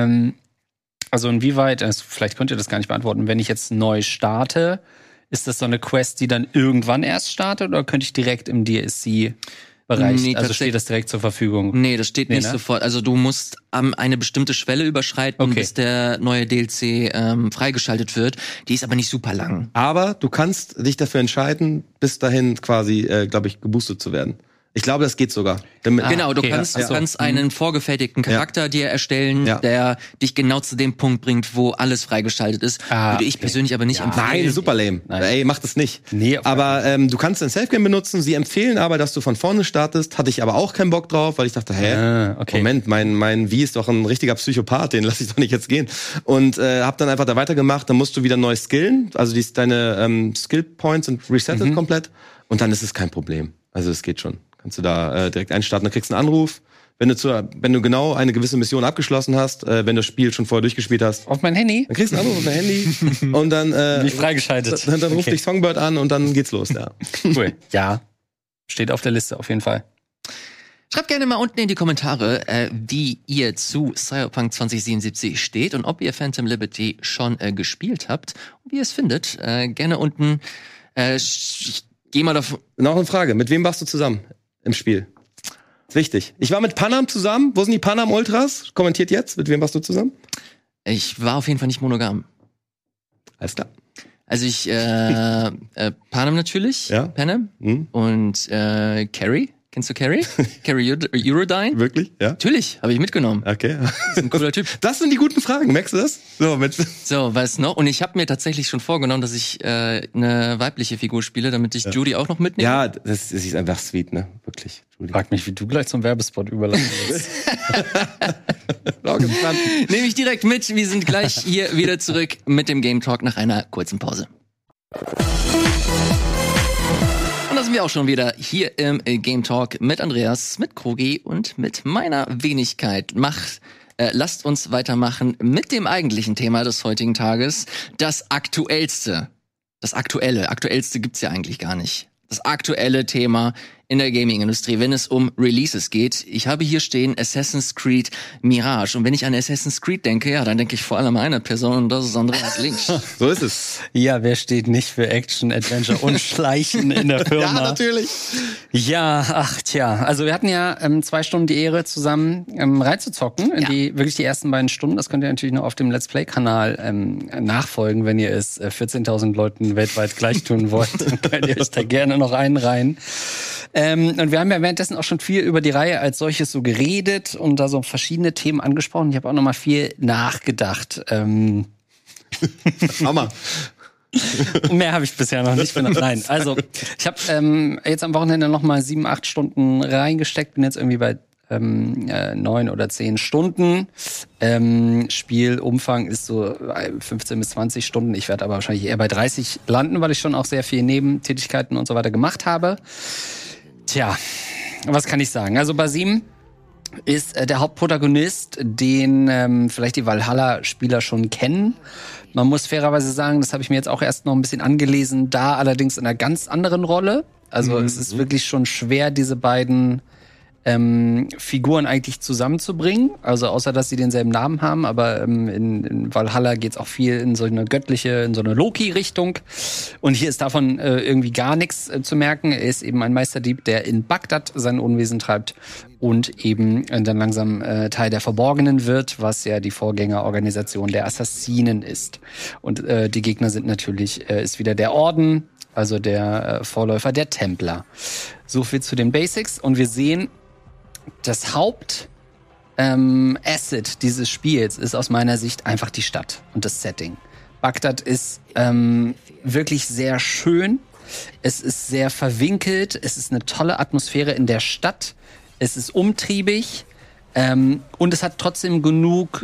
Also inwieweit, vielleicht könnt ihr das gar nicht beantworten, wenn ich jetzt neu starte, ist das so eine Quest, die dann irgendwann erst startet oder könnte ich direkt im DLC Bereich, Nee, also steht das direkt zur Verfügung? Nee, das steht nicht ne? sofort. Also du musst eine bestimmte Schwelle überschreiten, bis der neue DLC freigeschaltet wird. Die ist aber nicht super lang. Aber du kannst dich dafür entscheiden, bis dahin quasi, glaube ich, geboostet zu werden. Ich glaube, das geht sogar. Genau, du kannst einen vorgefertigten Charakter dir erstellen, der dich genau zu dem Punkt bringt, wo alles freigeschaltet ist. Würde ich persönlich aber nicht empfehlen. Nein, super lame. Ey, mach das nicht. Nee, aber du kannst ein Safe-Game benutzen. Sie empfehlen aber, dass du von vorne startest. Hatte ich aber auch keinen Bock drauf, weil ich dachte, Moment, mein Wie ist doch ein richtiger Psychopath, den lass ich doch nicht jetzt gehen. Und hab dann einfach da weitergemacht. Dann musst du wieder neu skillen. Also deine Skill-Points sind resettet komplett. Und dann ist es kein Problem. Also es geht schon. Kannst du da direkt einstarten, dann kriegst du einen Anruf, wenn du genau eine gewisse Mission abgeschlossen hast, wenn du das Spiel schon vorher durchgespielt hast. Auf mein Handy? Dann kriegst du einen Anruf auf dein Handy und dann Bin ich freigeschaltet. Dann ruft dich Songbird an und dann geht's los, ja. Cool. Ja, steht auf der Liste auf jeden Fall. Schreibt gerne mal unten in die Kommentare, wie ihr zu Cyberpunk 2077 steht und ob ihr Phantom Liberty schon gespielt habt und wie ihr es findet. Gerne unten. Ich geh mal davon. Noch eine Frage, mit wem warst du zusammen im Spiel? Ist wichtig. Ich war mit Panam zusammen. Wo sind die Panam Ultras? Kommentiert jetzt. Mit wem warst du zusammen? Ich war auf jeden Fall nicht monogam. Alles klar. Also ich, Panem natürlich, Ja. Panem und Carrie. Kennst du Carrie? Carrie Eurodyne? Wirklich? Ja. Natürlich, habe ich mitgenommen. Okay. Ist ein cooler Typ. Das sind die guten Fragen, merkst du das? So, was noch? Und ich habe mir tatsächlich schon vorgenommen, dass ich eine weibliche Figur spiele, damit ich Judy auch noch mitnehme. Ja, das ist einfach sweet, ne? Wirklich. Judy. Frag mich, wie du gleich zum Werbespot überleiten willst. Nehme ich direkt mit. Wir sind gleich hier wieder zurück mit dem Game Talk nach einer kurzen Pause. Und da sind wir auch schon wieder hier im Game Talk mit Andreas, mit Krogi und mit meiner Wenigkeit. Lasst uns weitermachen mit dem eigentlichen Thema des heutigen Tages. Das Aktuellste. Das Aktuellste gibt's ja eigentlich gar nicht. Das aktuelle Thema in der Gaming-Industrie, wenn es um Releases geht. Ich habe hier stehen Assassin's Creed Mirage. Und wenn ich an Assassin's Creed denke, ja, dann denke ich vor allem an eine Person und das ist Andreas Links. So ist es. Ja, wer steht nicht für Action, Adventure und Schleichen in der Firma? Ja, natürlich. Ja, ach tja. Also wir hatten ja 2 Stunden die Ehre, zusammen reinzuzocken. In wirklich die ersten beiden Stunden. Das könnt ihr natürlich noch auf dem Let's Play-Kanal nachfolgen, wenn ihr es 14.000 Leuten weltweit gleich tun wollt. Dann könnt ihr euch da gerne noch einen rein. Und wir haben ja währenddessen auch schon viel über die Reihe als solches so geredet und da so verschiedene Themen angesprochen. Ich habe auch noch mal viel nachgedacht. Hammer. Mehr habe ich bisher noch nicht benutzt. Nein, also ich habe jetzt am Wochenende noch mal 7-8 Stunden reingesteckt. Bin jetzt irgendwie bei 9 oder 10 Stunden. Spielumfang ist so 15 bis 20 Stunden. Ich werde aber wahrscheinlich eher bei 30 landen, weil ich schon auch sehr viel Nebentätigkeiten und so weiter gemacht habe. Tja, was kann ich sagen? Also Basim ist der Hauptprotagonist, den vielleicht die Valhalla-Spieler schon kennen. Man muss fairerweise sagen, das habe ich mir jetzt auch erst noch ein bisschen angelesen, da allerdings in einer ganz anderen Rolle. Also es ist wirklich schon schwer, diese beiden Figuren eigentlich zusammenzubringen. Also außer, dass sie denselben Namen haben. Aber in Valhalla geht's auch viel in so eine göttliche, in so eine Loki-Richtung. Und hier ist davon irgendwie gar nichts zu merken. Er ist eben ein Meisterdieb, der in Bagdad sein Unwesen treibt und eben dann langsam Teil der Verborgenen wird, was ja die Vorgängerorganisation der Assassinen ist. Und die Gegner sind natürlich, ist wieder der Orden, also der Vorläufer der Templer. So viel zu den Basics. Und wir sehen, das Asset dieses Spiels ist aus meiner Sicht einfach die Stadt und das Setting. Bagdad ist wirklich sehr schön. Es ist sehr verwinkelt. Es ist eine tolle Atmosphäre in der Stadt. Es ist umtriebig. Und es hat trotzdem genug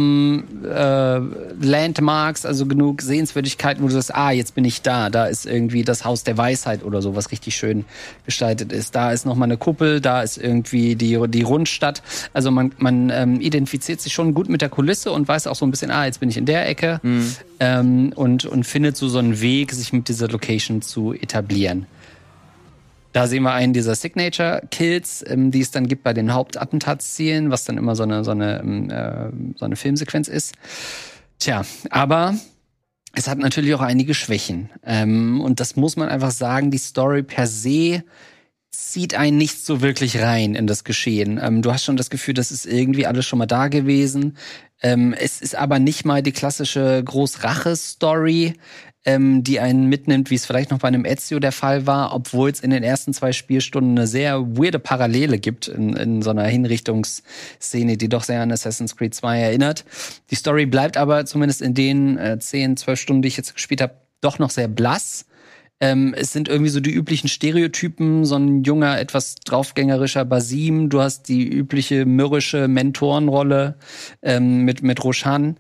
Landmarks, also genug Sehenswürdigkeiten, wo du sagst, jetzt bin ich da. Da ist irgendwie das Haus der Weisheit oder so, was richtig schön gestaltet ist. Da ist nochmal eine Kuppel, da ist irgendwie die Rundstadt. Also man identifiziert sich schon gut mit der Kulisse und weiß auch so ein bisschen, jetzt bin ich in der Ecke. Und findet so einen Weg, sich mit dieser Location zu etablieren. Da sehen wir einen dieser Signature-Kills, die es dann gibt bei den Hauptattentatszielen, was dann immer so eine Filmsequenz ist. Tja, aber es hat natürlich auch einige Schwächen. Und das muss man einfach sagen, die Story per se zieht einen nicht so wirklich rein in das Geschehen. Du hast schon das Gefühl, das ist irgendwie alles schon mal da gewesen. Es ist aber nicht mal die klassische Großrache-Story, die einen mitnimmt, wie es vielleicht noch bei einem Ezio der Fall war, obwohl es in den ersten 2 Spielstunden eine sehr weirde Parallele gibt in so einer Hinrichtungsszene, die doch sehr an Assassin's Creed 2 erinnert. Die Story bleibt aber zumindest in den 10, 12 Stunden, die ich jetzt gespielt habe, doch noch sehr blass. Es sind irgendwie so die üblichen Stereotypen, so ein junger, etwas draufgängerischer Basim. Du hast die übliche mürrische Mentorenrolle mit Roshan.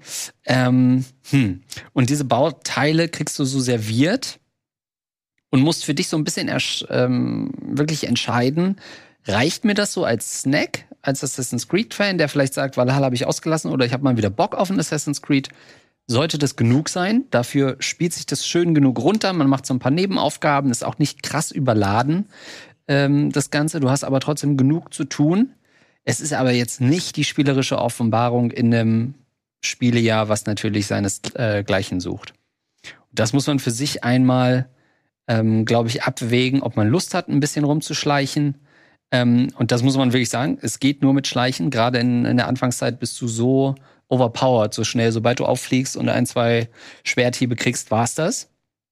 Und diese Bauteile kriegst du so serviert und musst für dich so ein bisschen wirklich entscheiden, reicht mir das so als Snack, als Assassin's Creed-Fan, der vielleicht sagt, Valhalla habe ich ausgelassen oder ich habe mal wieder Bock auf ein Assassin's Creed. Sollte das genug sein? Dafür spielt sich das schön genug runter. Man macht so ein paar Nebenaufgaben, ist auch nicht krass überladen, das Ganze. Du hast aber trotzdem genug zu tun. Es ist aber jetzt nicht die spielerische Offenbarung in einem Spielejahr, was natürlich seinesgleichen sucht. Das muss man für sich einmal, glaube ich, abwägen, ob man Lust hat, ein bisschen rumzuschleichen. Und das muss man wirklich sagen, es geht nur mit Schleichen. Gerade in der Anfangszeit bist du so overpowered, so schnell. Sobald du auffliegst und 1, 2 Schwerthiebe kriegst, war's das.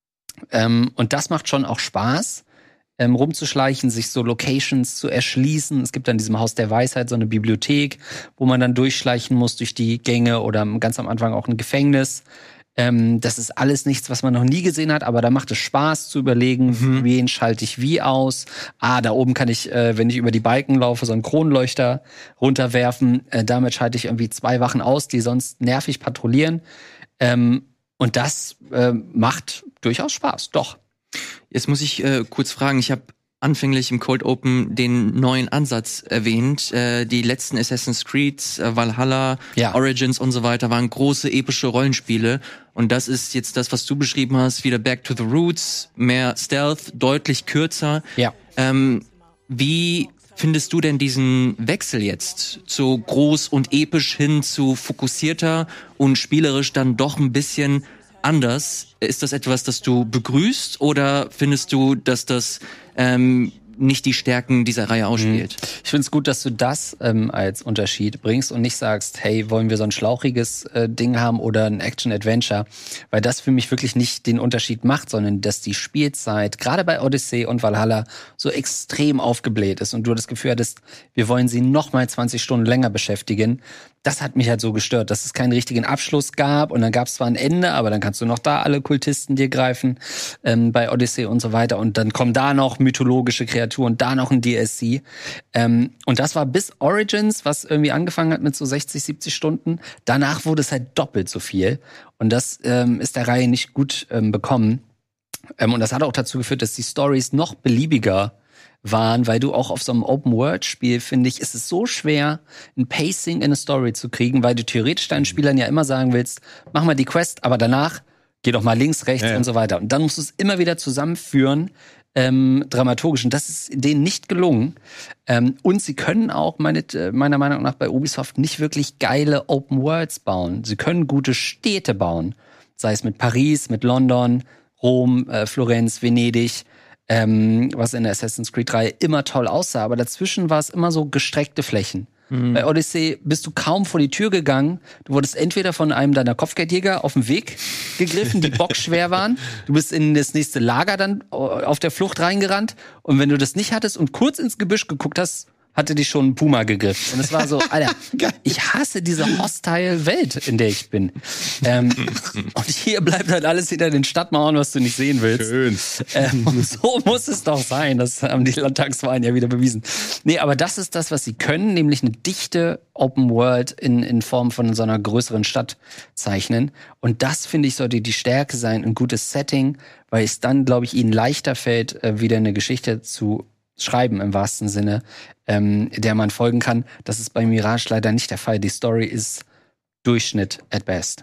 Und das macht schon auch Spaß, rumzuschleichen, sich so Locations zu erschließen. Es gibt dann in diesem Haus der Weisheit so eine Bibliothek, wo man dann durchschleichen muss durch die Gänge oder ganz am Anfang auch ein Gefängnis. Das ist alles nichts, was man noch nie gesehen hat, aber da macht es Spaß zu überlegen, wen schalte ich wie aus. Da oben kann ich, wenn ich über die Balken laufe, so einen Kronleuchter runterwerfen. Damit schalte ich irgendwie 2 Wachen aus, die sonst nervig patrouillieren. Und das macht durchaus Spaß, doch. Jetzt muss ich kurz fragen, ich habe anfänglich im Cold Open den neuen Ansatz erwähnt. Die letzten Assassin's Creed, Valhalla, Origins und so weiter waren große epische Rollenspiele. Und das ist jetzt das, was du beschrieben hast, wieder Back to the Roots, mehr Stealth, deutlich kürzer. Ja. Wie findest du denn diesen Wechsel jetzt zu groß und episch hin zu fokussierter und spielerisch dann doch ein bisschen anders? Ist das etwas, das du begrüßt oder findest du, dass das nicht die Stärken dieser Reihe ausspielt? Ich finde es gut, dass du das als Unterschied bringst und nicht sagst, hey, wollen wir so ein schlauchiges Ding haben oder ein Action-Adventure, weil das für mich wirklich nicht den Unterschied macht, sondern dass die Spielzeit, gerade bei Odyssey und Valhalla, so extrem aufgebläht ist und du das Gefühl hattest, wir wollen sie noch mal 20 Stunden länger beschäftigen. das hat mich halt so gestört, dass es keinen richtigen Abschluss gab und dann gab es zwar ein Ende, aber dann kannst du noch da alle Kultisten dir greifen bei Odyssey und so weiter und dann kommen da noch mythologische Kreaturen, da noch ein DLC und das war bis Origins, was irgendwie angefangen hat mit so 60, 70 Stunden, danach wurde es halt doppelt so viel und das ist der Reihe nicht gut bekommen und das hat auch dazu geführt, dass die Storys noch beliebiger waren, weil du auch auf so einem Open-World-Spiel, finde ich, ist es so schwer, ein Pacing in eine Story zu kriegen, weil du theoretisch deinen Spielern ja immer sagen willst, mach mal die Quest, aber danach geh doch mal links, rechts und so weiter. Und dann musst du es immer wieder zusammenführen, dramaturgisch. Und das ist denen nicht gelungen. Und sie können auch meiner Meinung nach bei Ubisoft nicht wirklich geile Open-Worlds bauen. Sie können gute Städte bauen. Sei es mit Paris, mit London, Rom, Florenz, Venedig, was in der Assassin's Creed 3 immer toll aussah, aber dazwischen war es immer so gestreckte Flächen. Bei Odyssey bist du kaum vor die Tür gegangen. Du wurdest entweder von einem deiner Kopfgeldjäger auf dem Weg gegriffen, die bockschwer waren. Du bist in das nächste Lager dann auf der Flucht reingerannt. Und wenn du das nicht hattest und kurz ins Gebüsch geguckt hast, hatte dich schon ein Puma gegriffen. Und es war so, Alter, ich hasse diese hostile Welt, in der ich bin. Und hier bleibt halt alles hinter den Stadtmauern, was du nicht sehen willst. Schön. So muss es doch sein. Das haben die Landtagswahlen ja wieder bewiesen. Nee, aber das ist das, was sie können, nämlich eine dichte Open World in Form von so einer größeren Stadt zeichnen. Und das, finde ich, sollte die Stärke sein, ein gutes Setting, weil es dann, glaube ich, ihnen leichter fällt, wieder eine Geschichte zu schreiben im wahrsten Sinne, der man folgen kann. Das ist bei Mirage leider nicht der Fall. Die Story ist Durchschnitt at best.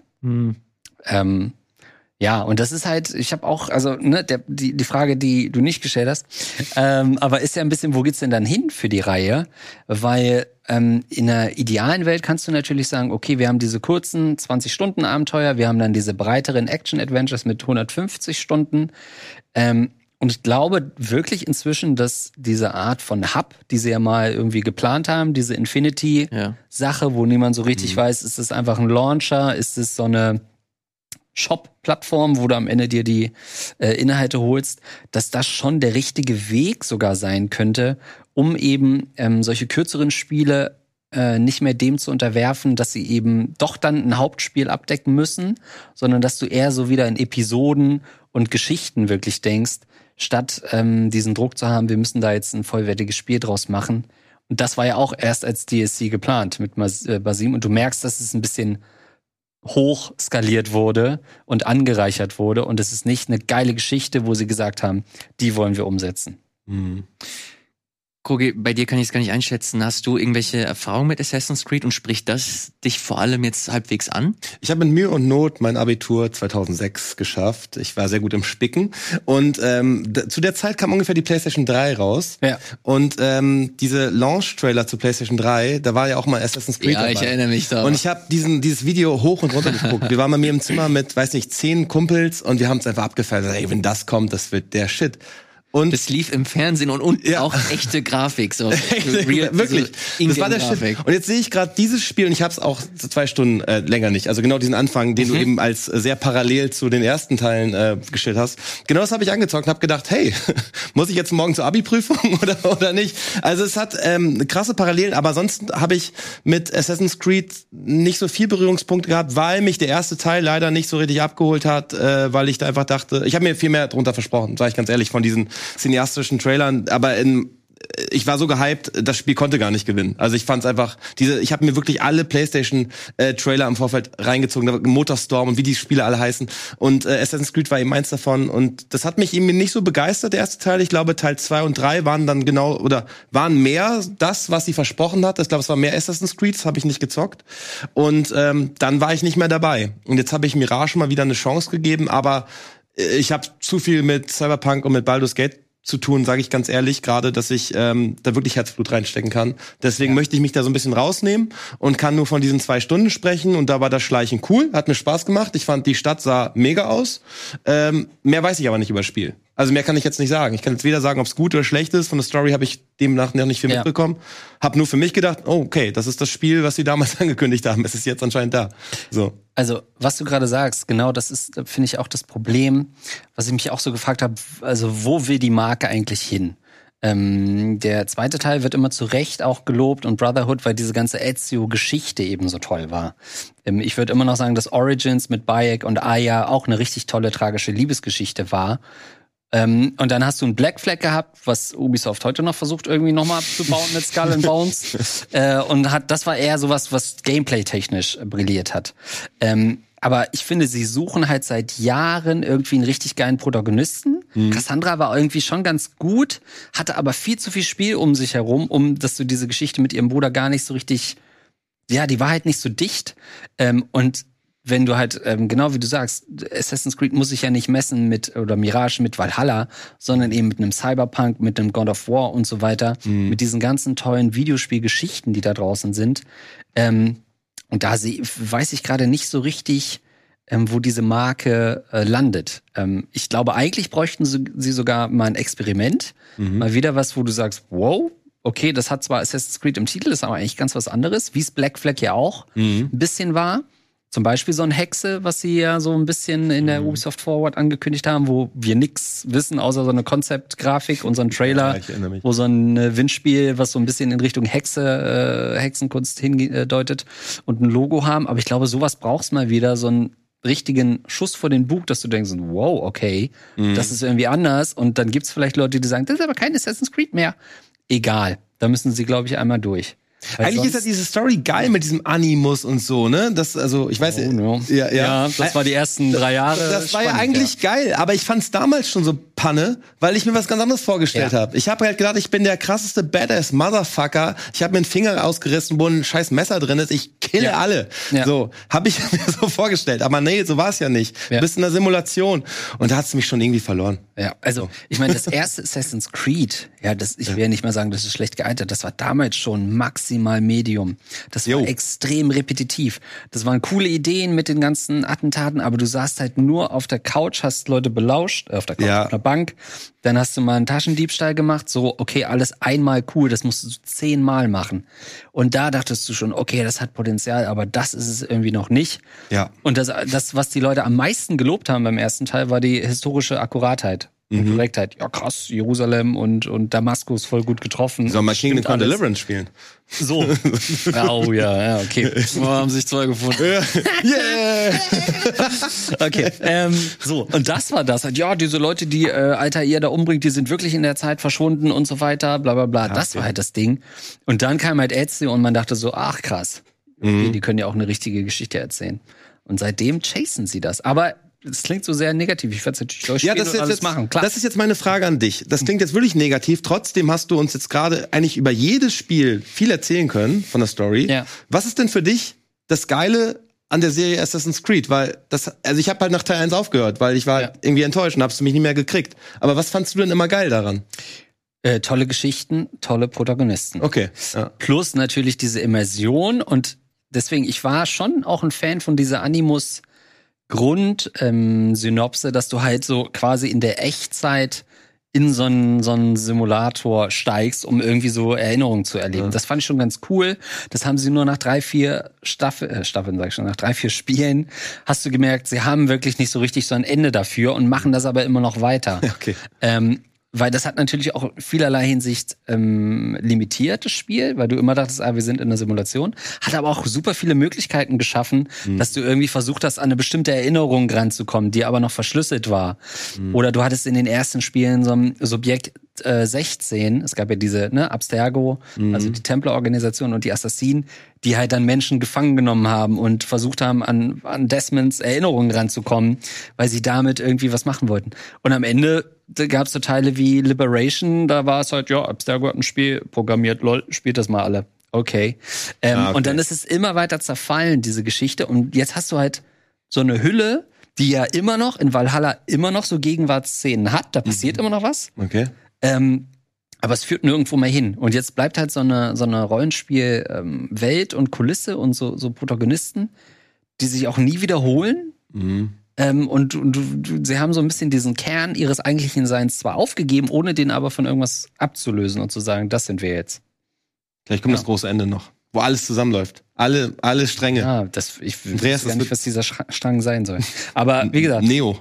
Ja, und das ist halt, ich habe auch, also die Frage, die du nicht gestellt hast, aber ist ja ein bisschen, wo geht's denn dann hin für die Reihe? Weil in einer idealen Welt kannst du natürlich sagen, okay, wir haben diese kurzen 20-Stunden-Abenteuer, wir haben dann diese breiteren Action-Adventures mit 150 Stunden. Und ich glaube wirklich inzwischen, dass diese Art von Hub, die sie ja mal irgendwie geplant haben, diese Infinity-Sache, wo niemand so richtig weiß, ist es einfach ein Launcher, ist es so eine Shop-Plattform, wo du am Ende dir die Inhalte holst, dass das schon der richtige Weg sogar sein könnte, um eben solche kürzeren Spiele nicht mehr dem zu unterwerfen, dass sie eben doch dann ein Hauptspiel abdecken müssen, sondern dass du eher so wieder in Episoden und Geschichten wirklich denkst, statt diesen Druck zu haben, wir müssen da jetzt ein vollwertiges Spiel draus machen. Und das war ja auch erst als DLC geplant mit Basim. Und du merkst, dass es ein bisschen hoch skaliert wurde und angereichert wurde. Und es ist nicht eine geile Geschichte, wo sie gesagt haben, die wollen wir umsetzen. Kogi, bei dir kann ich es gar nicht einschätzen. Hast du irgendwelche Erfahrungen mit Assassin's Creed und spricht das dich vor allem jetzt halbwegs an? Ich habe mit Mühe und Not mein Abitur 2006 geschafft. Ich war sehr gut im Spicken. Und zu der Zeit kam ungefähr die PlayStation 3 raus. Ja. Und diese Launch-Trailer zu PlayStation 3, da war ja auch mal Assassin's Creed dabei. Ja, ich erinnere mich da. Und ich habe dieses Video hoch und runter geguckt. Wir waren bei mir im Zimmer mit, 10 Kumpels und wir haben es einfach abgefeiert. Ey, wenn das kommt, das wird der Shit. Und das lief im Fernsehen und unten auch echte Grafik. So. Wirklich. Das war der Shit. Und jetzt sehe ich gerade dieses Spiel und ich habe es auch 2 Stunden länger nicht. Also genau diesen Anfang, den du eben als sehr parallel zu den ersten Teilen gestellt hast. Genau das habe ich angezockt und habe gedacht, hey, muss ich jetzt morgen zur Abi-Prüfung oder nicht? Also es hat krasse Parallelen, aber sonst habe ich mit Assassin's Creed nicht so viel Berührungspunkte gehabt, weil mich der erste Teil leider nicht so richtig abgeholt hat, weil ich da einfach dachte, ich habe mir viel mehr drunter versprochen, sage ich ganz ehrlich, von diesen cineastischen Trailern, aber ich war so gehypt, das Spiel konnte gar nicht gewinnen. Also ich fand's einfach, ich habe mir wirklich alle PlayStation-Trailer im Vorfeld reingezogen, Motorstorm und wie die Spiele alle heißen und Assassin's Creed war eben eins davon und das hat mich irgendwie nicht so begeistert, der erste Teil. Ich glaube, Teil 2 und 3 waren dann waren mehr das, was sie versprochen hat. Ich glaube, es war mehr Assassin's Creed, das habe ich nicht gezockt und dann war ich nicht mehr dabei. Und jetzt habe ich Mirage mal wieder eine Chance gegeben, aber ich habe zu viel mit Cyberpunk und mit Baldur's Gate zu tun, sage ich ganz ehrlich, gerade, dass ich da wirklich Herzblut reinstecken kann. Deswegen möchte ich mich da so ein bisschen rausnehmen und kann nur von diesen 2 Stunden sprechen. Und da war das Schleichen cool, hat mir Spaß gemacht. Ich fand, die Stadt sah mega aus. Mehr weiß ich aber nicht über das Spiel. Also mehr kann ich jetzt nicht sagen. Ich kann jetzt weder sagen, ob es gut oder schlecht ist. Von der Story habe ich demnach noch nicht viel mitbekommen. Hab nur für mich gedacht, oh, okay, das ist das Spiel, was sie damals angekündigt haben. Es ist jetzt anscheinend da. So. Also, was du gerade sagst, genau, das ist, finde ich, auch das Problem, was ich mich auch so gefragt habe, also wo will die Marke eigentlich hin? Der zweite Teil wird immer zu Recht auch gelobt und Brotherhood, weil diese ganze Ezio-Geschichte eben so toll war. Ich würde immer noch sagen, dass Origins mit Bayek und Aya auch eine richtig tolle, tragische Liebesgeschichte war. Und dann hast du einen Black Flag gehabt, was Ubisoft heute noch versucht, irgendwie nochmal abzubauen mit Skull and Bones. Das war eher sowas, was gameplay-technisch brilliert hat. Aber ich finde, sie suchen halt seit Jahren irgendwie einen richtig geilen Protagonisten. Cassandra war irgendwie schon ganz gut, hatte aber viel zu viel Spiel um sich herum, dass du diese Geschichte mit ihrem Bruder gar nicht so richtig, ja, die war halt nicht so dicht. Und wenn du halt, genau wie du sagst, Assassin's Creed muss sich ja nicht messen oder Mirage mit Valhalla, sondern eben mit einem Cyberpunk, mit einem God of War und so weiter, mit diesen ganzen tollen Videospielgeschichten, die da draußen sind. Und da weiß ich gerade nicht so richtig, wo diese Marke landet. Ich glaube, eigentlich bräuchten sie sogar mal ein Experiment. Mal wieder was, wo du sagst, wow, okay, das hat zwar Assassin's Creed im Titel, ist aber eigentlich ganz was anderes, wie es Black Flag ja auch ein bisschen war. Zum Beispiel so ein Hexe, was sie ja so ein bisschen in der Ubisoft Forward angekündigt haben, wo wir nix wissen, außer so eine Konzeptgrafik und so ein Trailer, wo so ein Windspiel, was so ein bisschen in Richtung Hexenkunst hindeutet und ein Logo haben. Aber ich glaube, sowas brauchst mal wieder, so einen richtigen Schuss vor den Bug, dass du denkst, wow, okay, das ist irgendwie anders. Und dann gibt's vielleicht Leute, die sagen, das ist aber kein Assassin's Creed mehr. Egal, da müssen sie, glaube ich, einmal durch. Weil eigentlich ist ja diese Story geil mit diesem Animus und so, ne? Das, also, ich weiß nicht. Ja, das war die ersten 3 Jahre. Das war ja eigentlich geil, aber ich fand's damals schon so Panne, weil ich mir was ganz anderes vorgestellt habe. Ich habe halt gedacht, ich bin der krasseste Badass Motherfucker. Ich habe mir einen Finger ausgerissen, wo ein scheiß Messer drin ist. Ich kille alle. Ja. So, habe ich mir so vorgestellt. Aber nee, so war es ja nicht. Du bist in einer Simulation. Und da hat's mich schon irgendwie verloren. Ja, also, ich meine, das erste Assassin's Creed, ich will ja nicht mal sagen, das ist schlecht gealtert. Das war damals schon maximal Medium. Das war extrem repetitiv. Das waren coole Ideen mit den ganzen Attentaten, aber du saßt halt nur auf der Couch, hast Leute belauscht, auf der Couch, auf der Bank. Dann hast du mal einen Taschendiebstahl gemacht, so, okay, alles einmal cool, das musst du 10-mal machen. Und da dachtest du schon, okay, das hat Potenzial, aber das ist es irgendwie noch nicht. Ja. Und das, was die Leute am meisten gelobt haben beim ersten Teil, war die historische Akkuratheit. Und Korrektheit. Ja, krass, Jerusalem und Damaskus voll gut getroffen. Soll mal Kingdom Come Deliverance spielen? So. Oh ja, okay. Haben sich 2 gefunden. Yeah! Okay. So, und das war das. Ja, diese Leute, die Altair da umbringt, die sind wirklich in der Zeit verschwunden und so weiter, bla bla bla. Das war halt das Ding. Und dann kam halt Ezio und man dachte so, ach krass. Okay, die können ja auch eine richtige Geschichte erzählen. Und seitdem chasen sie das. Aber es klingt so sehr negativ. Ich werde es natürlich durchspielen und alles machen. Klar. Das ist jetzt meine Frage an dich. Das klingt jetzt wirklich negativ. Trotzdem hast du uns jetzt gerade eigentlich über jedes Spiel viel erzählen können von der Story. Ja. Was ist denn für dich das Geile an der Serie Assassin's Creed? Weil ich habe halt nach Teil 1 aufgehört, weil ich war irgendwie enttäuscht und hab's mich nicht mehr gekriegt. Aber was fandst du denn immer geil daran? Tolle Geschichten, tolle Protagonisten. Okay. Ja. Plus natürlich diese Immersion und deswegen, ich war schon auch ein Fan von dieser Animus Synopse, dass du halt so quasi in der Echtzeit in so einen Simulator steigst, um irgendwie so Erinnerungen zu erleben. Ja. Das fand ich schon ganz cool. Das haben sie nur nach 3-4 Staffeln, sag ich schon, nach 3-4 Spielen hast du gemerkt, sie haben wirklich nicht so richtig so ein Ende dafür und machen das aber immer noch weiter. Okay. Weil das hat natürlich auch vielerlei Hinsicht limitiert, das Spiel, weil du immer dachtest, wir sind in einer Simulation. Hat aber auch super viele Möglichkeiten geschaffen, dass du irgendwie versucht hast, an eine bestimmte Erinnerung ranzukommen, die aber noch verschlüsselt war. Oder du hattest in den ersten Spielen so ein Subjekt 16, es gab ja diese Abstergo, also die Templerorganisation und die Assassinen, die halt dann Menschen gefangen genommen haben und versucht haben, an Desmonds Erinnerungen ranzukommen, weil sie damit irgendwie was machen wollten. Und am Ende gab es so Teile wie Liberation, da war es halt, Abstergo hat ein Spiel programmiert, lol, spielt das mal alle. Okay. Und dann ist es immer weiter zerfallen, diese Geschichte. Und jetzt hast du halt so eine Hülle, die ja immer noch in Valhalla immer noch so Gegenwartsszenen hat. Da passiert immer noch was. Okay. Aber es führt nirgendwo mehr hin. Und jetzt bleibt halt so eine Rollenspiel-Welt und Kulisse und so Protagonisten, die sich auch nie wiederholen. Und sie haben so ein bisschen diesen Kern ihres eigentlichen Seins zwar aufgegeben, ohne den aber von irgendwas abzulösen und zu sagen, das sind wir jetzt. Vielleicht kommt das große Ende noch, wo alles zusammenläuft. Alle Stränge. Ja, ich weiß gar nicht, was dieser Strang sein soll. Aber wie gesagt. Neo.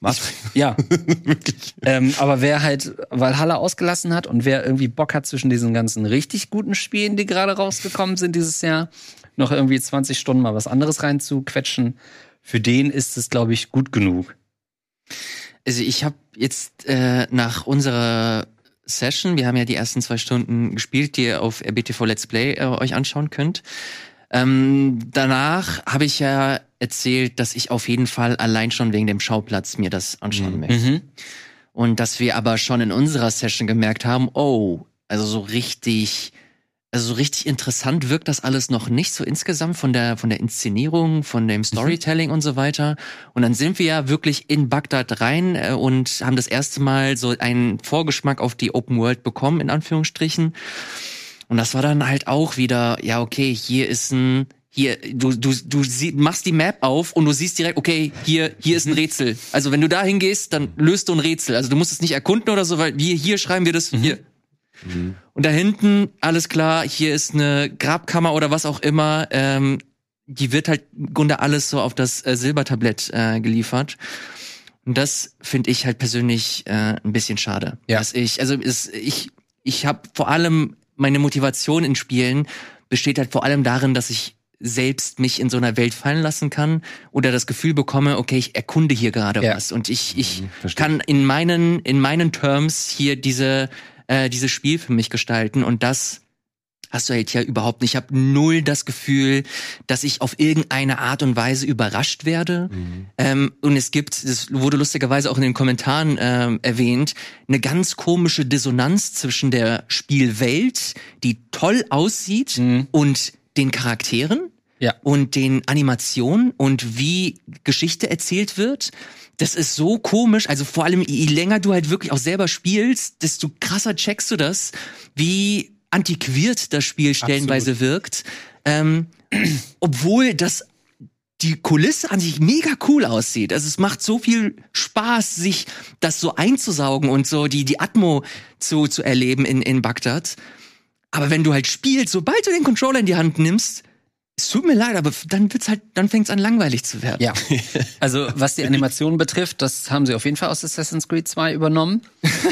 Ja. Aber wer halt Valhalla ausgelassen hat und wer irgendwie Bock hat, zwischen diesen ganzen richtig guten Spielen, die gerade rausgekommen sind dieses Jahr, noch irgendwie 20 Stunden mal was anderes reinzuquetschen, für den ist es, glaube ich, gut genug. Also ich habe jetzt nach unserer Session, wir haben ja die ersten 2 Stunden gespielt, die ihr auf RBTV Let's Play euch anschauen könnt. Danach habe ich ja erzählt, dass ich auf jeden Fall allein schon wegen dem Schauplatz mir das anschauen möchte. Und dass wir aber schon in unserer Session gemerkt haben, also so richtig interessant wirkt das alles noch nicht so insgesamt von der Inszenierung, von dem Storytelling und so weiter. Und dann sind wir ja wirklich in Bagdad rein und haben das erste Mal so einen Vorgeschmack auf die Open World bekommen, in Anführungsstrichen. Und das war dann halt auch wieder, ja, okay, du machst die Map auf und du siehst direkt, okay, hier ist ein Rätsel. Also wenn du da hingehst, dann löst du ein Rätsel. Also du musst es nicht erkunden oder so, weil hier schreiben wir das, hier. Und da hinten, alles klar, hier ist eine Grabkammer oder was auch immer, die wird halt im Grunde alles so auf das Silbertablett geliefert. Und das finde ich halt persönlich ein bisschen schade. Ja. Dass ich habe vor allem meine Motivation in Spielen besteht halt vor allem darin, dass ich selbst mich in so einer Welt fallen lassen kann oder das Gefühl bekomme, okay, ich erkunde hier gerade was und ich kann in meinen Terms hier dieses Spiel für mich gestalten und das hast du halt ja überhaupt nicht. Ich habe null das Gefühl, dass ich auf irgendeine Art und Weise überrascht werde. Und es gibt, das wurde lustigerweise auch in den Kommentaren erwähnt, eine ganz komische Dissonanz zwischen der Spielwelt, die toll aussieht, und den Charakteren und den Animationen und wie Geschichte erzählt wird. Das ist so komisch, also vor allem je länger du halt wirklich auch selber spielst, desto krasser checkst du das, wie antiquiert das Spiel stellenweise wirkt. Obwohl die Kulisse an sich mega cool aussieht. Also es macht so viel Spaß, sich das so einzusaugen und so die Atmo zu erleben in Bagdad. Aber wenn du halt spielst, sobald du den Controller in die Hand nimmst, es tut mir leid, aber dann fängt's an langweilig zu werden. Ja. Also, was die Animation betrifft, das haben sie auf jeden Fall aus Assassin's Creed 2 übernommen.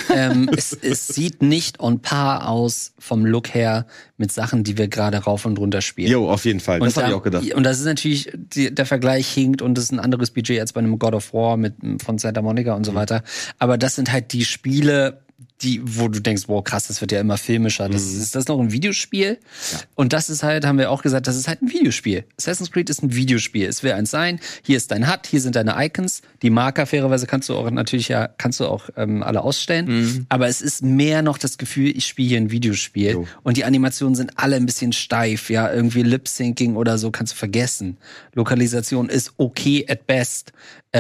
Es sieht nicht on par aus vom Look her mit Sachen, die wir gerade rauf und runter spielen. Jo, auf jeden Fall. Das habe ich auch gedacht. Und das ist natürlich, der Vergleich hinkt und das ist ein anderes Budget als bei einem God of War von Santa Monica und so weiter. Aber das sind halt die Spiele, wo du denkst, wow, krass, das wird ja immer filmischer. Ist das noch ein Videospiel? Ja. Und das ist halt, haben wir auch gesagt, das ist halt ein Videospiel. Assassin's Creed ist ein Videospiel. Es will eins sein. Hier ist dein HUD, hier sind deine Icons. Die Marker, fairerweise kannst du auch alle ausstellen. Aber es ist mehr noch das Gefühl, ich spiele hier ein Videospiel. Jo. Und die Animationen sind alle ein bisschen steif. Ja, irgendwie Lip-Syncing oder so kannst du vergessen. Lokalisation ist okay at best.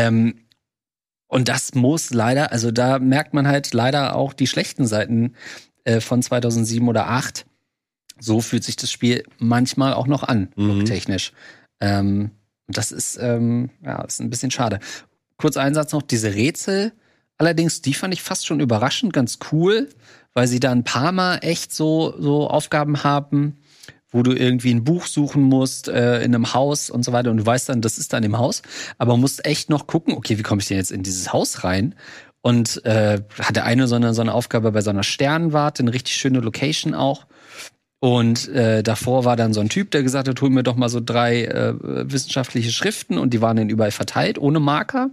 Und das muss leider, also da merkt man halt leider auch die schlechten Seiten von 2007 oder 2008. So fühlt sich das Spiel manchmal auch noch an, looktechnisch. Das ist, ist ein bisschen schade. Kurz ein Satz noch, diese Rätsel, allerdings, die fand ich fast schon überraschend ganz cool, weil sie da ein paar Mal echt so Aufgaben haben, wo du irgendwie ein Buch suchen musst in einem Haus und so weiter und du weißt dann, das ist dann im Haus, aber musst echt noch gucken, okay, wie komme ich denn jetzt in dieses Haus rein? Und hatte eine so eine Aufgabe bei so einer Sternwarte, eine richtig schöne Location auch. Und davor war dann so ein Typ, der gesagt hat, hol mir doch mal so 3 wissenschaftliche Schriften und die waren dann überall verteilt, ohne Marker.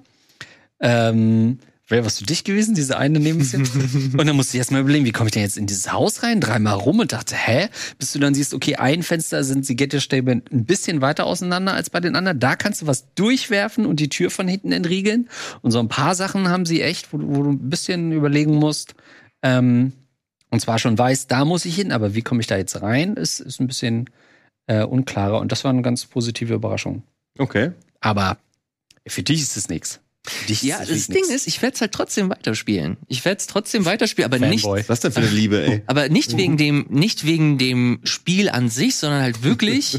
Wäre was für dich gewesen, diese eine Nebenmission? Und dann musste ich erst mal überlegen, wie komme ich denn jetzt in dieses Haus rein? 3-mal rum und dachte, bis du dann siehst, okay, ein Fenster sind die Gitterstäbe ein bisschen weiter auseinander als bei den anderen. Da kannst du was durchwerfen und die Tür von hinten entriegeln. Und so ein paar Sachen haben sie echt, wo du ein bisschen überlegen musst. Und zwar schon weißt, da muss ich hin, aber wie komme ich da jetzt rein, ist ein bisschen unklarer. Und das war eine ganz positive Überraschung. Okay. Aber für dich ist es nichts. Ja, das Ding ist, ich werde es halt trotzdem weiterspielen. Aber Fanboy. nicht. Was denn für eine Liebe, ey? Aber nicht wegen dem Spiel an sich, sondern halt wirklich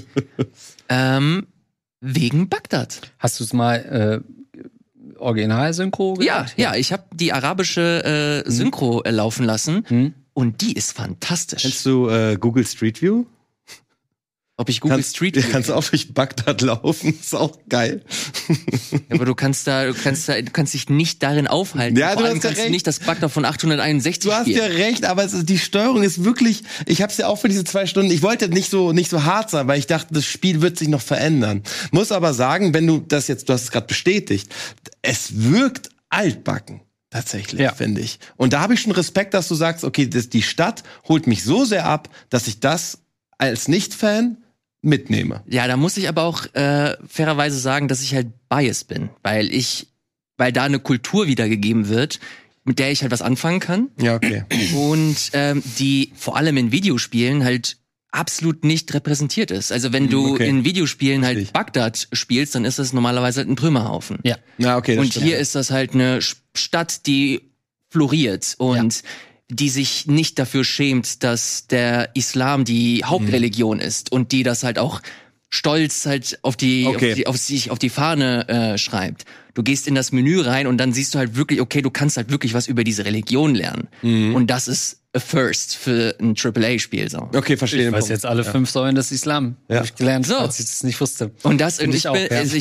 wegen Bagdad. Hast du es mal Original-Synchro gemacht? Ja, ich habe die arabische Synchro laufen lassen und die ist fantastisch. Kennst du Google Street View? Ob ich Google Street View kannst du auch durch Bagdad laufen, ist auch geil. Aber du kannst dich nicht darin aufhalten. Ja, Vor du allem hast ja kannst du recht. nicht das Bagdad von 861 Du hast spielen. ja recht, aber die Steuerung ist wirklich, ich hab's ja auch für diese 2 Stunden, ich wollte nicht so hart sein, weil ich dachte, das Spiel wird sich noch verändern. Muss aber sagen, wenn du hast es gerade bestätigt, es wirkt altbacken. Tatsächlich, finde ich. Und da habe ich schon Respekt, dass du sagst, okay, die Stadt holt mich so sehr ab, dass ich das als Nicht-Fan mitnehme. Ja, da muss ich aber auch fairerweise sagen, dass ich halt biased bin, weil da eine Kultur wiedergegeben wird, mit der ich halt was anfangen kann. Ja, okay. Und die vor allem in Videospielen halt absolut nicht repräsentiert ist. Also wenn du in Videospielen halt Bagdad spielst, dann ist das normalerweise halt ein Trümmerhaufen. Ja. Ja, okay. Und hier ist das halt eine Stadt, die floriert und die sich nicht dafür schämt, dass der Islam die Hauptreligion ist und die das halt auch stolz halt auf die Fahne schreibt. Du gehst in das Menü rein und dann siehst du halt wirklich, okay, du kannst halt wirklich was über diese Religion lernen. Und das ist a first für ein AAA-Spiel. So. Okay, verstehe. Ich weiß jetzt alle 5 Säulen des Islam. Habe ich gelernt, als ich das nicht wusste. Und das, Find ich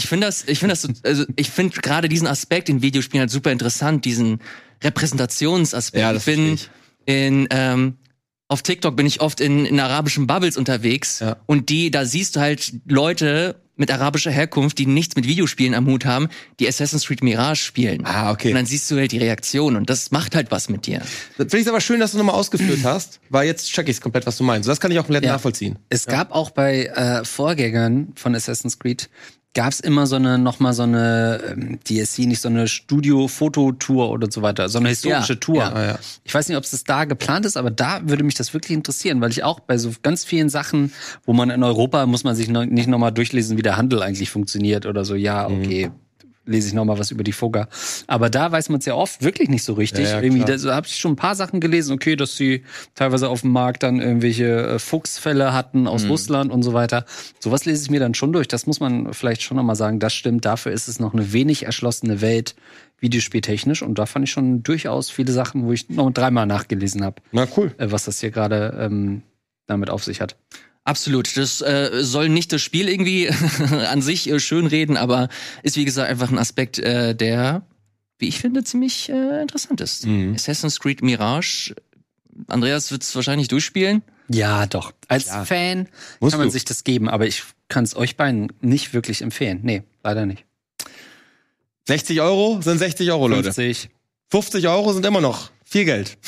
finde gerade diesen Aspekt in Videospielen halt super interessant, diesen Repräsentationsaspekt. Ja, das verstehe ich. Auf TikTok bin ich oft in arabischen Bubbles unterwegs und da siehst du halt Leute mit arabischer Herkunft, die nichts mit Videospielen am Hut haben, die Assassin's Creed Mirage spielen. Ah, okay. Und dann siehst du halt die Reaktion und das macht halt was mit dir. Finde ich aber schön, dass du nochmal ausgeführt hast, weil jetzt check ich komplett, was du meinst. Das kann ich auch komplett nachvollziehen. Es gab auch bei Vorgängern von Assassin's Creed gab's immer nochmal so eine DSC, nicht so eine Studio-Fototour oder so weiter, so eine historische Tour. Ja. Ich weiß nicht, ob es da geplant ist, aber da würde mich das wirklich interessieren, weil ich auch bei so ganz vielen Sachen, wo man in Europa muss man sich nicht nochmal durchlesen, wie der Handel eigentlich funktioniert oder so, lese ich noch mal was über die Fugger. Aber da weiß man es ja oft wirklich nicht so richtig. Ja, irgendwie, da habe ich schon ein paar Sachen gelesen, okay, dass sie teilweise auf dem Markt dann irgendwelche Fuchsfälle hatten aus Russland und so weiter. Sowas lese ich mir dann schon durch. Das muss man vielleicht schon noch mal sagen, das stimmt. Dafür ist es noch eine wenig erschlossene Welt, videospieltechnisch. Und da fand ich schon durchaus viele Sachen, wo ich noch 3-mal nachgelesen habe. Na cool. Was das hier gerade damit auf sich hat. Absolut. Das soll nicht das Spiel irgendwie an sich schönreden, aber ist wie gesagt einfach ein Aspekt, der, wie ich finde, ziemlich interessant ist. Assassin's Creed Mirage. Andreas wird es wahrscheinlich durchspielen. Ja, doch. Als Fan kann man sich das geben, aber ich kann es euch beiden nicht wirklich empfehlen. Nee, leider nicht. 60 € sind 60 €, Leute. 50. 50 € sind immer noch viel Geld.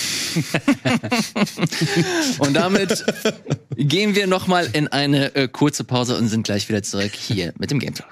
Und damit gehen wir nochmal in eine kurze Pause und sind gleich wieder zurück hier mit dem Game Talk.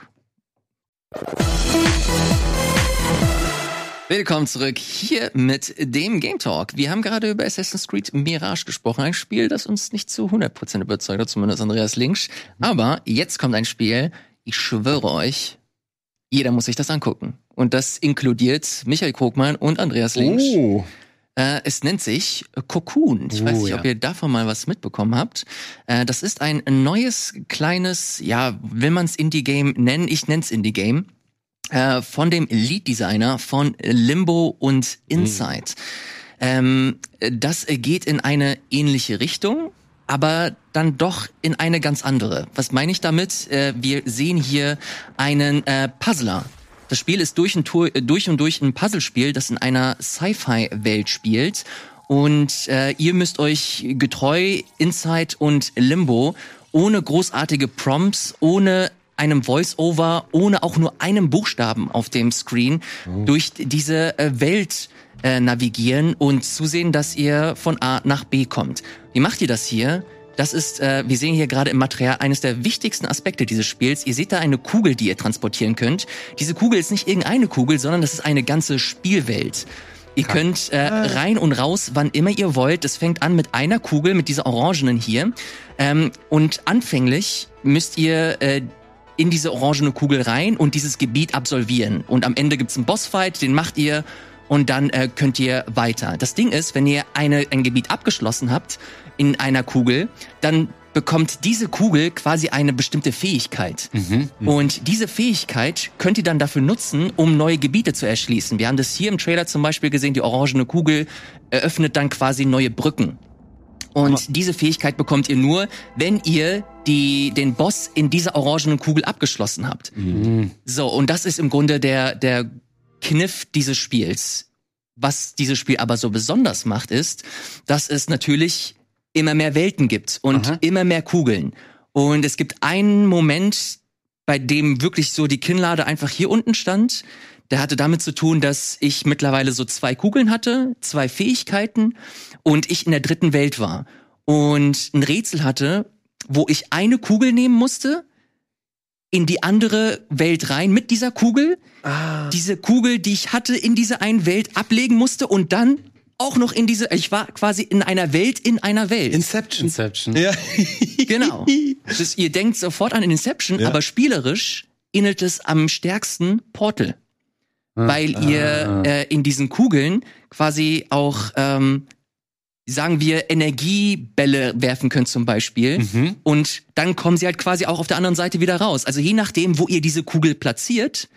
Willkommen zurück hier mit dem Game Talk. Wir haben gerade über Assassin's Creed Mirage gesprochen, ein Spiel, das uns nicht zu 100% überzeugt hat, zumindest Andreas Links. Aber jetzt kommt ein Spiel, ich schwöre euch, jeder muss sich das angucken. Und das inkludiert Michael Krogmann und Andreas Links. Oh. Es nennt sich Cocoon. Ich weiß nicht, ob ihr davon mal was mitbekommen habt. Das ist ein neues, kleines, will man es Indie-Game nennen? Ich nenne es Indie-Game. Von dem Lead-Designer von Limbo und Inside. Das geht in eine ähnliche Richtung, aber dann doch in eine ganz andere. Was meine ich damit? Wir sehen hier einen Puzzler. Das Spiel ist durch und durch ein Puzzlespiel, das in einer Sci-Fi-Welt spielt. Und ihr müsst euch getreu Inside und Limbo ohne großartige Prompts, ohne einem Voice-Over, ohne auch nur einem Buchstaben auf dem Screen durch diese Welt navigieren und zusehen, dass ihr von A nach B kommt. Wie macht ihr das hier? Das ist, wir sehen hier gerade im Material, eines der wichtigsten Aspekte dieses Spiels. Ihr seht da eine Kugel, die ihr transportieren könnt. Diese Kugel ist nicht irgendeine Kugel, sondern das ist eine ganze Spielwelt. Ihr könnt rein und raus, wann immer ihr wollt. Das fängt an mit einer Kugel, mit dieser orangenen hier. Und anfänglich müsst ihr in diese orangene Kugel rein und dieses Gebiet absolvieren. Und am Ende gibt's einen Bossfight, den macht ihr und dann könnt ihr weiter. Das Ding ist, wenn ihr ein Gebiet abgeschlossen habt in einer Kugel, dann bekommt diese Kugel quasi eine bestimmte Fähigkeit. Und diese Fähigkeit könnt ihr dann dafür nutzen, um neue Gebiete zu erschließen. Wir haben das hier im Trailer zum Beispiel gesehen, die orangene Kugel eröffnet dann quasi neue Brücken. Und diese Fähigkeit bekommt ihr nur, wenn ihr den Boss in dieser orangenen Kugel abgeschlossen habt. So, und das ist im Grunde der Kniff dieses Spiels. Was dieses Spiel aber so besonders macht, ist, dass es natürlich immer mehr Welten gibt und immer mehr Kugeln. Und es gibt einen Moment, bei dem wirklich so die Kinnlade einfach hier unten stand. Der hatte damit zu tun, dass ich mittlerweile so 2 Kugeln hatte, 2 Fähigkeiten und ich in der 3. Welt war. Und ein Rätsel hatte, wo ich eine Kugel nehmen musste, in die andere Welt rein mit dieser Kugel. Diese Kugel, die ich hatte, in diese eine Welt ablegen musste und dann auch noch ich war quasi in einer Welt in einer Welt. Inception. Ja. Genau. Ihr denkt sofort an Inception, aber spielerisch ähnelt es am stärksten Portal. Weil ihr in diesen Kugeln quasi auch, sagen wir, Energiebälle werfen könnt zum Beispiel. Und dann kommen sie halt quasi auch auf der anderen Seite wieder raus. Also je nachdem, wo ihr diese Kugel platziert,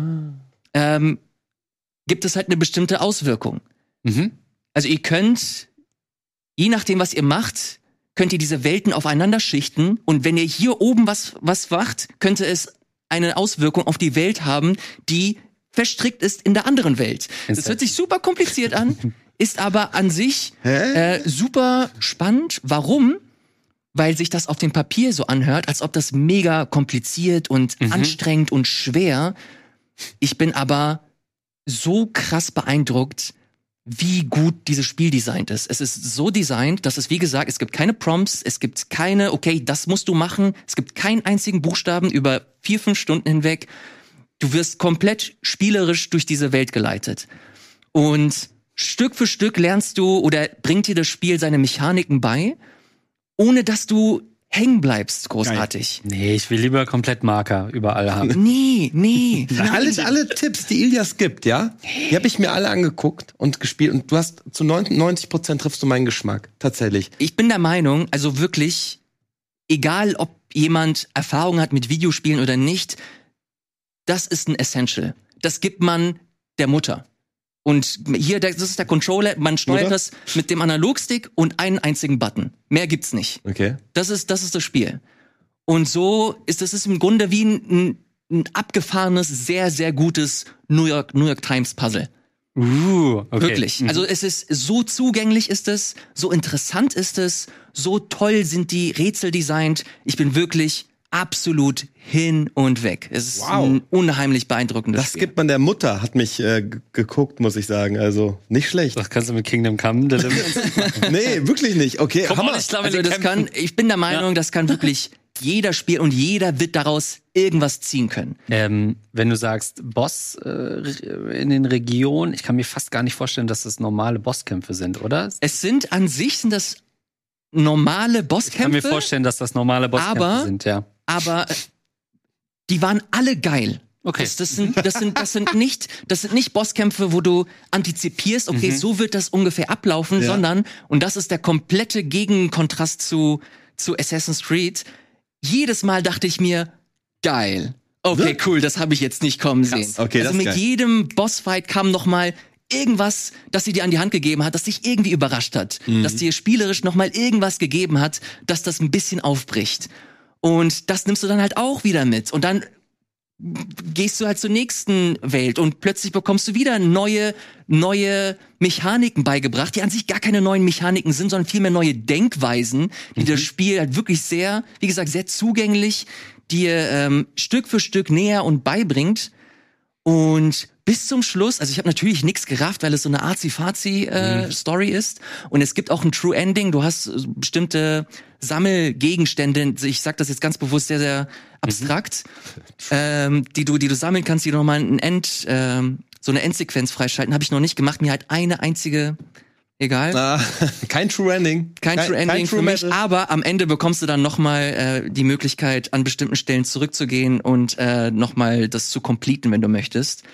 gibt es halt eine bestimmte Auswirkung. Also ihr könnt, je nachdem, was ihr macht, könnt ihr diese Welten aufeinander schichten. Und wenn ihr hier oben was macht, könnte es eine Auswirkung auf die Welt haben, die verstrickt ist in der anderen Welt. Das hört sich super kompliziert an, ist aber an sich super spannend. Warum? Weil sich das auf dem Papier so anhört, als ob das mega kompliziert und anstrengend und schwer. Ich bin aber so krass beeindruckt, wie gut dieses Spiel designt ist. Es ist so designt, dass es, wie gesagt, es gibt keine Prompts, es gibt keine, okay, das musst du machen, es gibt keinen einzigen Buchstaben über 4-5 Stunden hinweg. Du wirst komplett spielerisch durch diese Welt geleitet. Und Stück für Stück lernst du oder bringt dir das Spiel seine Mechaniken bei, ohne dass du hängen bleibst, großartig. Nee, ich will lieber komplett Marker überall haben. Nee. Alle Tipps, die Ilias gibt, ja, die habe ich mir alle angeguckt und gespielt. Und du hast zu 90% triffst du meinen Geschmack, tatsächlich. Ich bin der Meinung, also wirklich, egal ob jemand Erfahrung hat mit Videospielen oder nicht, das ist ein Essential. Das gibt man der Mutter. Und hier, das ist der Controller, man steuert das mit dem Analogstick und einen einzigen Button. Mehr gibt's nicht. Okay. Das ist das Spiel. Und so ist es im Grunde wie ein abgefahrenes, sehr, sehr gutes New York Times Puzzle. Okay. Wirklich. Also es ist so zugänglich ist es, so interessant ist es, so toll sind die Rätsel designt. Ich bin wirklich absolut hin und weg. Es ist ein unheimlich beeindruckendes Spiel. Das gibt man der Mutter, hat mich geguckt, muss ich sagen. Also nicht schlecht. Das kannst du mit Kingdom Come deliveren. Nee, wirklich nicht. Okay, Hammer. Ich bin der Meinung, das kann wirklich jeder spielen und jeder wird daraus irgendwas ziehen können. Wenn du sagst Boss in den Regionen, ich kann mir fast gar nicht vorstellen, dass das normale Bosskämpfe sind, oder? Es sind an sich das normale Bosskämpfe. Ich kann mir vorstellen, dass das normale Bosskämpfe sind, ja. Aber die waren alle geil. Okay. Das sind nicht Bosskämpfe, wo du antizipierst, okay, so wird das ungefähr ablaufen, sondern, und das ist der komplette Gegenkontrast zu Assassin's Creed, jedes Mal dachte ich mir, geil. Okay, cool, das habe ich jetzt nicht kommen sehen. Okay, also mit jedem Bossfight kam noch mal irgendwas, das sie dir an die Hand gegeben hat, das dich irgendwie überrascht hat. Das dir spielerisch noch mal irgendwas gegeben hat, dass das ein bisschen aufbricht. Und das nimmst du dann halt auch wieder mit. Und dann gehst du halt zur nächsten Welt und plötzlich bekommst du wieder neue Mechaniken beigebracht, die an sich gar keine neuen Mechaniken sind, sondern vielmehr neue Denkweisen, die das Spiel halt wirklich sehr, wie gesagt, sehr zugänglich dir Stück für Stück näher und beibringt. Und bis zum Schluss, also ich habe natürlich nichts gerafft, weil es so eine Arzi-Fazi-Story ist. Und es gibt auch ein True Ending. Du hast bestimmte Sammelgegenstände, ich sag das jetzt ganz bewusst sehr, sehr abstrakt, die du sammeln kannst, die du nochmal so eine Endsequenz freischalten. Habe ich noch nicht gemacht. Mir halt eine einzige, egal. Kein True Ending. Kein True Ending für mich, aber am Ende bekommst du dann nochmal die Möglichkeit, an bestimmten Stellen zurückzugehen und nochmal das zu completen, wenn du möchtest.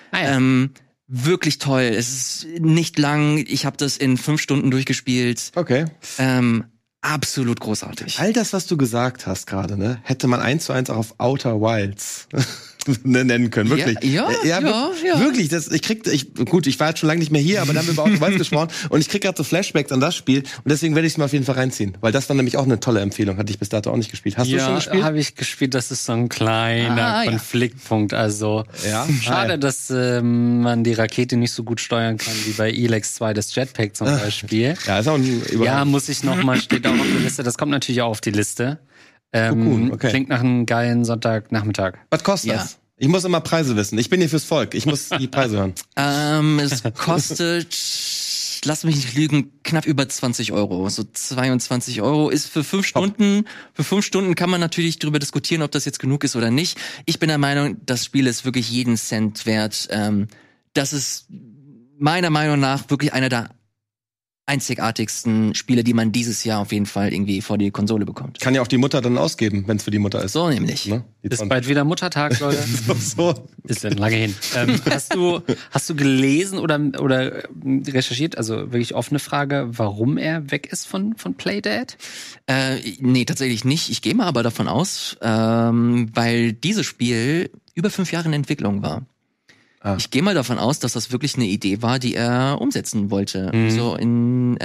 Wirklich toll. Es ist nicht lang. Ich habe das in 5 Stunden durchgespielt. Okay. Absolut großartig. All das, was du gesagt hast gerade, ne, hätte man 1:1 auch auf Outer Wilds nennen können, wirklich. Ja. Wirklich, ich war jetzt schon lange nicht mehr hier, aber da haben wir über Outer Wilds gesprochen und ich krieg gerade so Flashbacks an das Spiel und deswegen werde ich es mir auf jeden Fall reinziehen, weil das war nämlich auch eine tolle Empfehlung, hatte ich bis dato auch nicht gespielt. Hast du schon gespielt? Ja, habe ich gespielt, das ist so ein kleiner Konfliktpunkt, also schade, dass man die Rakete nicht so gut steuern kann wie bei Elex 2 das Jetpack zum Beispiel. Ja, ist auch muss ich nochmal, steht auch auf der Liste, das kommt natürlich auch auf die Liste. Klingt nach einem geilen Sonntagnachmittag. Was kostet das? Ich muss immer Preise wissen. Ich bin hier fürs Volk. Ich muss die Preise hören. Es kostet, lass mich nicht lügen, knapp über 20 €. So 22 € ist für 5 Stunden. Für 5 Stunden kann man natürlich darüber diskutieren, ob das jetzt genug ist oder nicht. Ich bin der Meinung, das Spiel ist wirklich jeden Cent wert. Das ist meiner Meinung nach wirklich einer der einzigartigsten Spiele, die man dieses Jahr auf jeden Fall irgendwie vor die Konsole bekommt. Kann ja auch die Mutter dann ausgeben, wenn es für die Mutter ist. So nämlich. Ne? Ist bald wieder Muttertag, Leute. so. Ist dann lange hin. Hast du gelesen oder recherchiert, also wirklich offene Frage, warum er weg ist von Playdead? Nee, tatsächlich nicht. Ich gehe mal aber davon aus, weil dieses Spiel über 5 Jahre in Entwicklung war. Ich gehe mal davon aus, dass das wirklich eine Idee war, die er umsetzen wollte. So in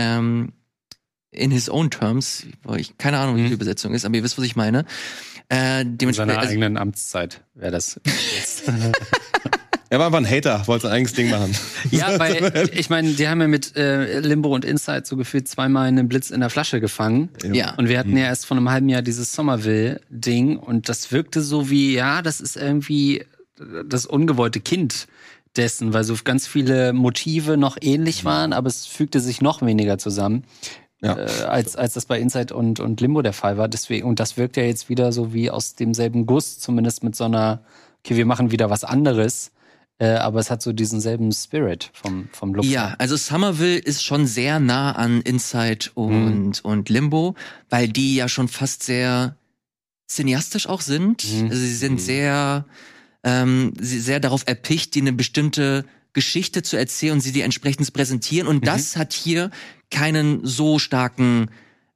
his own terms. Keine Ahnung, wie die Übersetzung ist, aber ihr wisst, was ich meine. In seiner eigenen Amtszeit wäre das jetzt. Er war aber ein Hater, wollte sein eigenes Ding machen. Ja, weil, ich meine, die haben ja mit Limbo und Inside so gefühlt zweimal einen Blitz in der Flasche gefangen. Ja. Und wir hatten ja erst vor einem halben Jahr dieses Somerville-Ding und das wirkte so wie, das ist irgendwie das ungewollte Kind dessen, weil so ganz viele Motive noch ähnlich waren, aber es fügte sich noch weniger zusammen, als das bei Inside und Limbo der Fall war. Deswegen, und das wirkt ja jetzt wieder so wie aus demselben Guss, zumindest mit so einer, okay, wir machen wieder was anderes, aber es hat so diesen selben Spirit vom Look. Ja, also Somerville ist schon sehr nah an Inside und Limbo, weil die ja schon fast sehr cineastisch auch sind. Also sie sind sehr darauf erpicht, die eine bestimmte Geschichte zu erzählen und sie die entsprechend präsentieren. Und das hat hier keinen so starken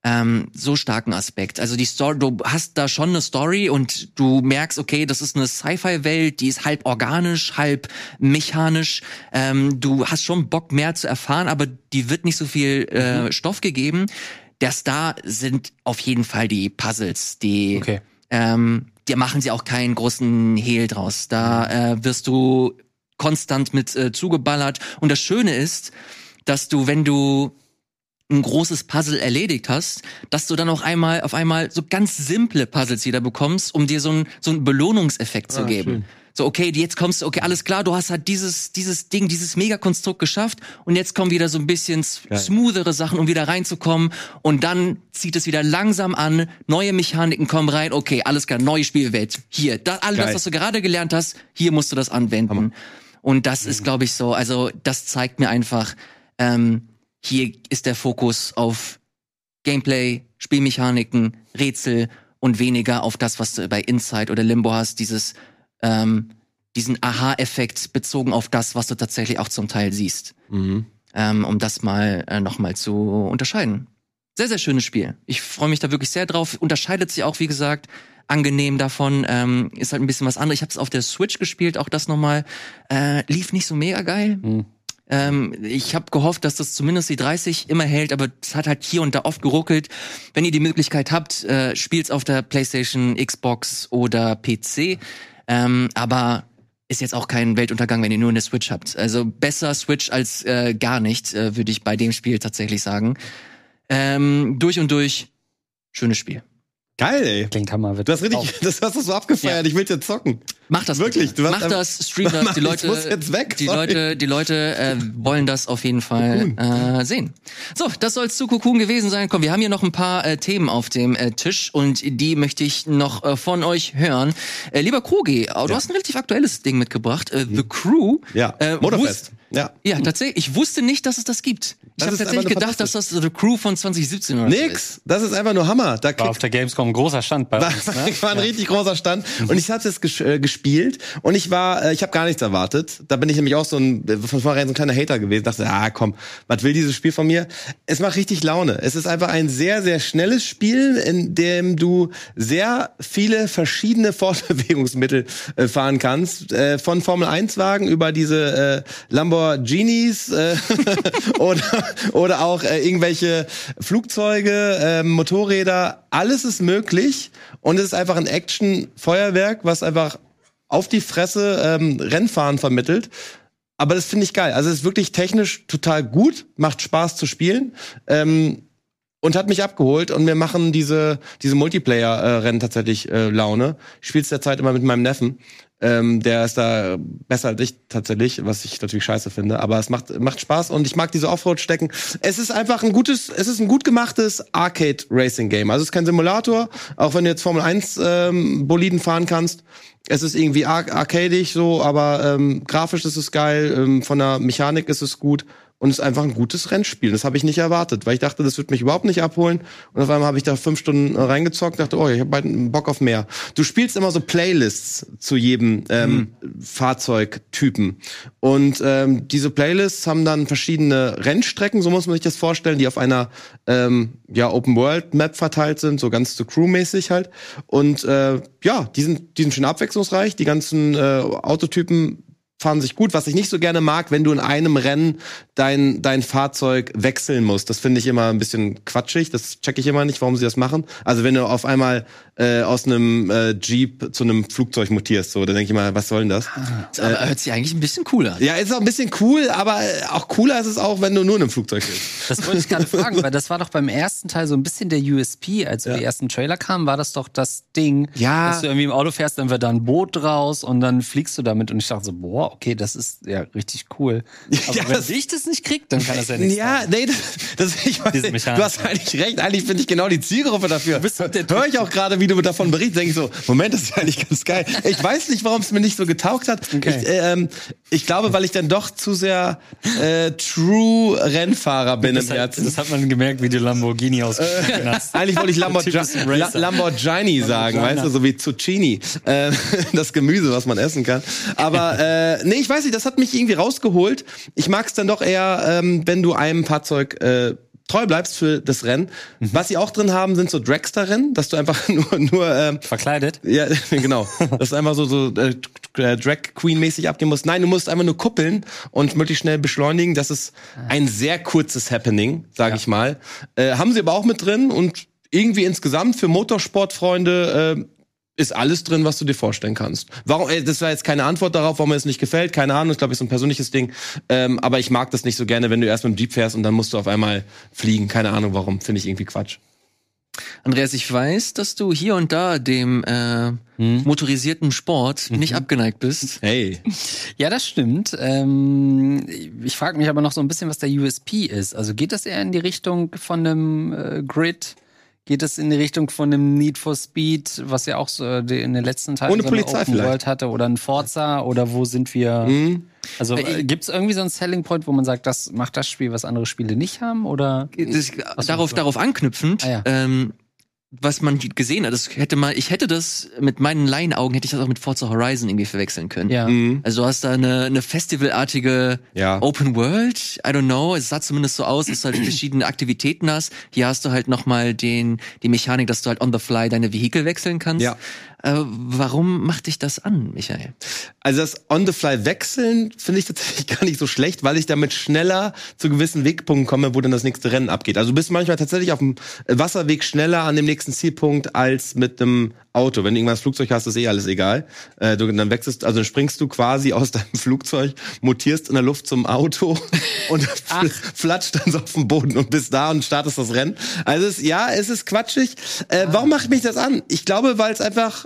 Aspekt. Also die Story, du hast da schon eine Story und du merkst, okay, das ist eine Sci-Fi-Welt, die ist halb organisch, halb mechanisch. Du hast schon Bock, mehr zu erfahren, aber die wird nicht so viel Stoff gegeben. Der Star sind auf jeden Fall die Puzzles, die die machen sie auch keinen großen Hehl draus. Da wirst du konstant mit zugeballert. Und das Schöne ist, dass du, wenn du ein großes Puzzle erledigt hast, dass du dann auch auf einmal so ganz simple Puzzles wieder bekommst, um dir so einen Belohnungseffekt zu geben. Schön. So, okay, jetzt kommst du, okay, alles klar, du hast halt dieses Ding, dieses Megakonstrukt geschafft und jetzt kommen wieder so ein bisschen smoothere Sachen, um wieder reinzukommen und dann zieht es wieder langsam an, neue Mechaniken kommen rein, okay, alles klar, neue Spielwelt, hier, alles, was du gerade gelernt hast, hier musst du das anwenden. Hammer. Und das ist, glaube ich, so, also das zeigt mir einfach, hier ist der Fokus auf Gameplay, Spielmechaniken, Rätsel und weniger auf das, was du bei Inside oder Limbo hast, diesen Aha-Effekt bezogen auf das, was du tatsächlich auch zum Teil siehst. Um das mal nochmal zu unterscheiden. Sehr, sehr schönes Spiel. Ich freue mich da wirklich sehr drauf. Unterscheidet sich auch, wie gesagt, angenehm davon. Ist halt ein bisschen was anderes. Ich habe es auf der Switch gespielt, auch das nochmal. Lief nicht so mega geil. Ich habe gehofft, dass das zumindest die 30 immer hält, aber es hat halt hier und da oft geruckelt. Wenn ihr die Möglichkeit habt, spielt's auf der PlayStation, Xbox oder PC. Aber ist jetzt auch kein Weltuntergang, wenn ihr nur eine Switch habt. Also besser Switch als gar nicht, würde ich bei dem Spiel tatsächlich sagen. Durch und durch schönes Spiel. Geil, ey. Klingt Hammer. Das hast du so abgefeiert. Ja. Ich will jetzt zocken. Mach das wirklich. Mach das, stream das. Die Leute, ich muss jetzt weg. Die Leute wollen das auf jeden Fall sehen. So, das soll's zu Cocoon gewesen sein. Komm, wir haben hier noch ein paar Themen auf dem Tisch und die möchte ich noch von euch hören. Lieber Krogi, du hast ein relativ aktuelles Ding mitgebracht. The Crew. Ja. Motorfest. Ja, tatsächlich. Ich wusste nicht, dass es das gibt. Ich habe tatsächlich gedacht, dass das The Crew von 2017 oder Nix, das ist einfach nur Hammer. Da War auf der Gamescom ein großer Stand bei uns. Ne? war ein richtig großer Stand. Und ich habe es gespielt und ich habe gar nichts erwartet. Da bin ich nämlich auch von vornherein so ein kleiner Hater gewesen. Dachte, komm, was will dieses Spiel von mir? Es macht richtig Laune. Es ist einfach ein sehr, sehr schnelles Spiel, in dem du sehr viele verschiedene Fortbewegungsmittel fahren kannst. Von Formel-1-Wagen über diese Lamborghinis oder auch irgendwelche Flugzeuge, Motorräder. Alles ist möglich und es ist einfach ein Action-Feuerwerk, was einfach auf die Fresse Rennfahren vermittelt. Aber das finde ich geil. Also es ist wirklich technisch total gut, macht Spaß zu spielen. Und hat mich abgeholt und mir machen diese Multiplayer-Rennen tatsächlich Laune. Ich spiele es derzeit immer mit meinem Neffen. Der ist da besser als ich tatsächlich, was ich natürlich scheiße finde. Aber es macht Spaß und ich mag diese Offroad-Stecken. Es ist einfach ein gut gemachtes Arcade-Racing-Game. Also es ist kein Simulator, auch wenn du jetzt Formel 1 Boliden fahren kannst. Es ist irgendwie arcadisch so, aber grafisch ist es geil, von der Mechanik ist es gut. Und es ist einfach ein gutes Rennspiel. Das habe ich nicht erwartet, weil ich dachte, das wird mich überhaupt nicht abholen. Und auf einmal habe ich da 5 Stunden reingezockt und dachte, ich habe bald Bock auf mehr. Du spielst immer so Playlists zu jedem Fahrzeugtypen. Und diese Playlists haben dann verschiedene Rennstrecken, so muss man sich das vorstellen, die auf einer Open-World-Map verteilt sind, so ganz so Crew-mäßig halt. Und die sind schon abwechslungsreich. Die ganzen Autotypen fahren sich gut. Was ich nicht so gerne mag, wenn du in einem Rennen dein Fahrzeug wechseln musst. Das finde ich immer ein bisschen quatschig. Das checke ich immer nicht, warum sie das machen. Also wenn du auf einmal aus einem Jeep zu einem Flugzeug mutierst, so, dann denke ich mal, was soll denn das? Aber hört sich eigentlich ein bisschen cooler an. Ja, ist auch ein bisschen cool, aber auch cooler ist es auch, wenn du nur in einem Flugzeug bist. Das wollte ich gerade fragen, weil das war doch beim ersten Teil so ein bisschen der USP, als die ersten Trailer kamen, war das doch das Ding, dass du irgendwie im Auto fährst, dann wird da ein Boot raus und dann fliegst du damit und ich dachte so, boah, okay, das ist ja richtig cool. Aber wenn ich das nicht krieg, dann kann das ja nicht sein. Nee, du hast eigentlich recht. Eigentlich finde ich genau die Zielgruppe dafür. Hör ich auch gerade, wie du davon berichtest, denke ich so, Moment, das ist ja eigentlich ganz geil. Ich weiß nicht, warum es mir nicht so getaugt hat. Okay. Ich glaube, weil ich dann doch zu sehr True Rennfahrer bin im Herzen. Das hat man gemerkt, wie du Lamborghini ausgesprochen hast. Eigentlich wollte ich Lamborghini sagen, weißt du, so wie Zucchini. Das Gemüse, was man essen kann. Aber nee, ich weiß nicht, das hat mich irgendwie rausgeholt. Ich mag es dann doch eher, wenn du einem Fahrzeug treu bleibst für das Rennen. Was sie auch drin haben, sind so Dragster-Rennen, dass du einfach nur verkleidet? Ja, genau. Dass du einfach so Drag Queen-mäßig abgehen musst. Nein, du musst einfach nur kuppeln und möglichst schnell beschleunigen. Das ist ein sehr kurzes Happening, sage ich mal. Haben sie aber auch mit drin und irgendwie insgesamt für Motorsportfreunde ist alles drin, was du dir vorstellen kannst. Warum? Das war jetzt keine Antwort darauf, warum mir das nicht gefällt. Keine Ahnung, ich glaube, es ist ein persönliches Ding. Aber ich mag das nicht so gerne, wenn du erst mit dem Jeep fährst und dann musst du auf einmal fliegen. Keine Ahnung, warum. Finde ich irgendwie Quatsch. Andreas, ich weiß, dass du hier und da dem motorisierten Sport nicht abgeneigt bist. Hey. Ja, das stimmt. Ich frage mich aber noch so ein bisschen, was der USP ist. Also geht das eher in die Richtung von einem Grid? Geht es in die Richtung von dem Need for Speed, was ja auch so in den letzten Teilen ohne so Polizei Open World hatte, oder ein Forza, oder wo sind wir? Also gibt's irgendwie so einen Selling Point, wo man sagt, das macht das Spiel, was andere Spiele nicht haben, oder? Darauf anknüpfend, was man gesehen hat, ich hätte das mit meinen Laienaugen, hätte ich das auch mit Forza Horizon irgendwie verwechseln können. Ja. Also du hast da eine festivalartige Open World, I don't know, es sah zumindest so aus, dass du halt verschiedene Aktivitäten hast. Hier hast du halt nochmal die Mechanik, dass du halt on the fly deine Vehikel wechseln kannst. Ja. Warum macht dich das an, Michael? Also das On-the-Fly wechseln finde ich tatsächlich gar nicht so schlecht, weil ich damit schneller zu gewissen Wegpunkten komme, wo dann das nächste Rennen abgeht. Also du bist manchmal tatsächlich auf dem Wasserweg schneller an dem nächsten Zielpunkt als mit einem Auto. Wenn du irgendwann das Flugzeug hast, ist alles egal. Dann dann springst du quasi aus deinem Flugzeug, mutierst in der Luft zum Auto und flatscht dann so auf den Boden und bist da und startest das Rennen. Also es ist quatschig. Warum macht mich das an? Ich glaube, weil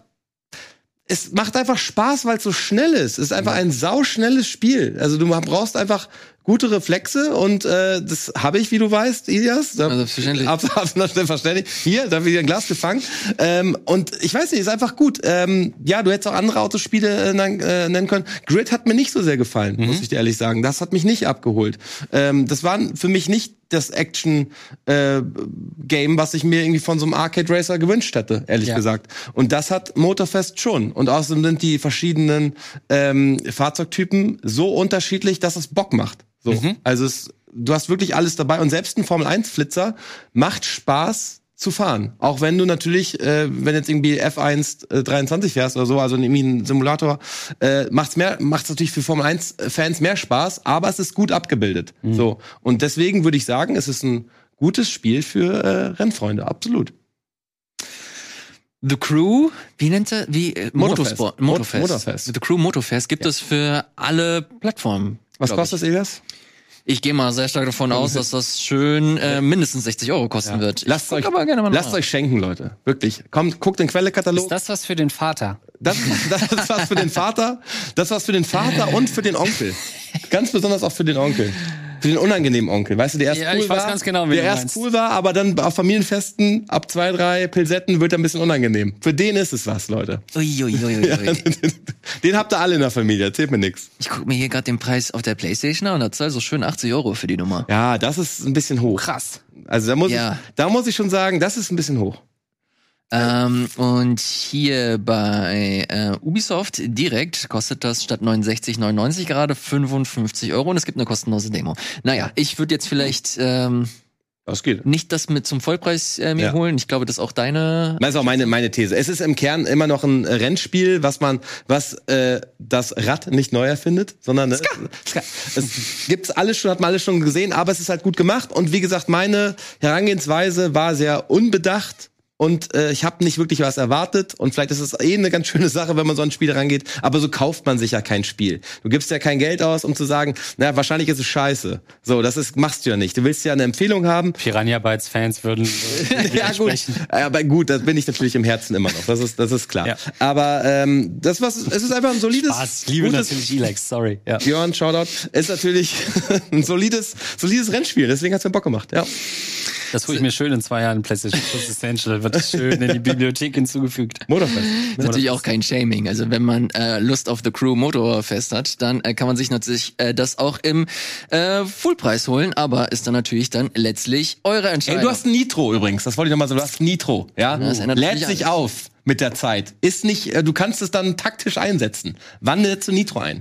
es macht einfach Spaß, weil es so schnell ist. Es ist einfach ein sauschnelles Spiel. Also du brauchst einfach gute Reflexe und das habe ich, wie du weißt, Ilias. Selbstverständlich. Absolut selbstverständlich. Hier, da habe ich ein Glas gefangen. Und ich weiß nicht, ist einfach gut. Ja, du hättest auch andere Autospiele nennen können. Grid hat mir nicht so sehr gefallen, muss ich dir ehrlich sagen. Das hat mich nicht abgeholt. Das war für mich nicht das Action-Game, was ich mir irgendwie von so einem Arcade-Racer gewünscht hätte, ehrlich gesagt. Und das hat Motorfest schon. Und außerdem sind die verschiedenen Fahrzeugtypen so unterschiedlich, dass es Bock macht. So. Also du hast wirklich alles dabei. Und selbst ein Formel-1-Flitzer macht Spaß zu fahren. Auch wenn du natürlich, wenn jetzt irgendwie F1 23 fährst oder so, also irgendwie ein Simulator, macht's natürlich für Formel 1 Fans mehr Spaß, aber es ist gut abgebildet. So. Und deswegen würde ich sagen, es ist ein gutes Spiel für Rennfreunde, absolut. The Crew, wie nennt er? Motorfest. Motorfest. The Crew Motorfest gibt es für alle Plattformen. Was kostet das, Elias? Ich gehe mal sehr stark davon aus, dass das schön mindestens 60 € kosten wird. Lasst euch schenken, Leute. Wirklich. Kommt, guckt den Quellekatalog. Ist das was für den Vater? Das ist was für den Vater. Das ist was für den Vater und für den Onkel. Ganz besonders auch für den Onkel. Für den unangenehmen Onkel. Weißt du, der erst cool ich weiß war, ganz genau, der erst cool war, aber dann auf Familienfesten ab 2, 3 Pilsetten wird er ein bisschen unangenehm. Für den ist es was, Leute. Uiuiuiui. Den habt ihr alle in der Familie, erzählt mir nix. Ich guck mir hier gerade den Preis auf der PlayStation an und da zahlst so schön 80 € für die Nummer. Ja, das ist ein bisschen hoch. Krass. Also da muss ich schon sagen, das ist ein bisschen hoch. Und hier bei Ubisoft direkt kostet das statt 69,99 gerade 55 € und es gibt eine kostenlose Demo. Naja, ich würde jetzt vielleicht Das geht. nicht das mit zum Vollpreis mir holen. Ich glaube, das ist auch deine... Das ist auch meine These. Es ist im Kern immer noch ein Rennspiel, was das Rad nicht neu erfindet, sondern es gibt's alles schon, hat man alles schon gesehen, aber es ist halt gut gemacht. Und wie gesagt, meine Herangehensweise war sehr unbedacht. Und ich habe nicht wirklich was erwartet. Und vielleicht ist es eine ganz schöne Sache, wenn man so ein Spiel rangeht. Aber so kauft man sich ja kein Spiel. Du gibst ja kein Geld aus, um zu sagen, na, wahrscheinlich ist es scheiße. So, machst du ja nicht. Du willst ja eine Empfehlung haben. Piranha Bytes Fans würden ja, gut. Aber gut, das bin ich natürlich im Herzen immer noch. Das ist klar. Ja. Aber es ist einfach ein solides... Spaß, ich liebe natürlich Elex, sorry. Ja. Björn, Shoutout. Ist natürlich ein solides Rennspiel. Deswegen hat's mir Bock gemacht, ja. Das hole ich mir schön in 2 Jahren PlayStation Plus Essential. Wird das schön in die Bibliothek hinzugefügt. Motorfest. Das ist natürlich auch kein Shaming. Also wenn man Lust auf The Crew Motorfest hat, dann kann man sich natürlich das auch im Fullpreis holen. Aber ist dann natürlich dann letztlich eure Entscheidung. Ey, du hast ein Nitro übrigens. Das wollte ich nochmal so. Du hast Nitro. Ja? Lädt sich auf mit der Zeit. Ist nicht, du kannst es dann taktisch einsetzen. Wann lädst du Nitro ein?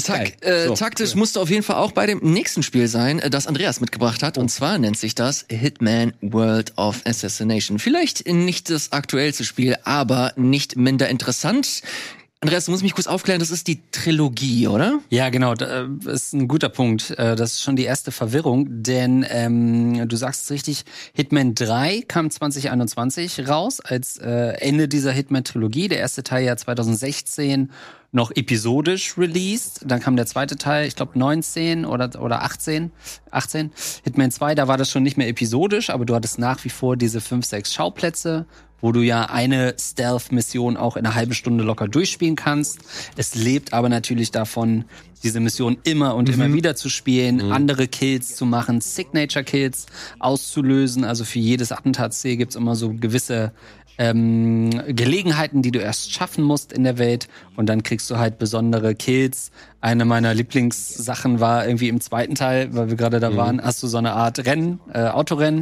Taktisch musst du auf jeden Fall auch bei dem nächsten Spiel sein, das Andreas mitgebracht hat. Und zwar nennt sich das Hitman World of Assassination. Vielleicht nicht das aktuellste Spiel, aber nicht minder interessant. Andreas, du musst mich kurz aufklären, das ist die Trilogie, oder? Ja, genau, das ist ein guter Punkt. Das ist schon die erste Verwirrung, denn du sagst es richtig, Hitman 3 kam 2021 raus als Ende dieser Hitman-Trilogie. Der erste Teil ja 2016 noch episodisch released. Dann kam der zweite Teil, ich glaube 19 oder 18. Hitman 2, da war das schon nicht mehr episodisch, aber du hattest nach wie vor diese 5, 6 Schauplätze, wo du ja eine Stealth-Mission auch in einer halben Stunde locker durchspielen kannst. Es lebt aber natürlich davon, diese Mission immer und immer wieder zu spielen, andere Kills zu machen, Signature-Kills auszulösen. Also für jedes Attentatsziel gibt's immer so gewisse Gelegenheiten, die du erst schaffen musst in der Welt, und dann kriegst du halt besondere Kills. Eine meiner Lieblingssachen war irgendwie im zweiten Teil, weil wir gerade da waren, hast du so eine Art Autorennen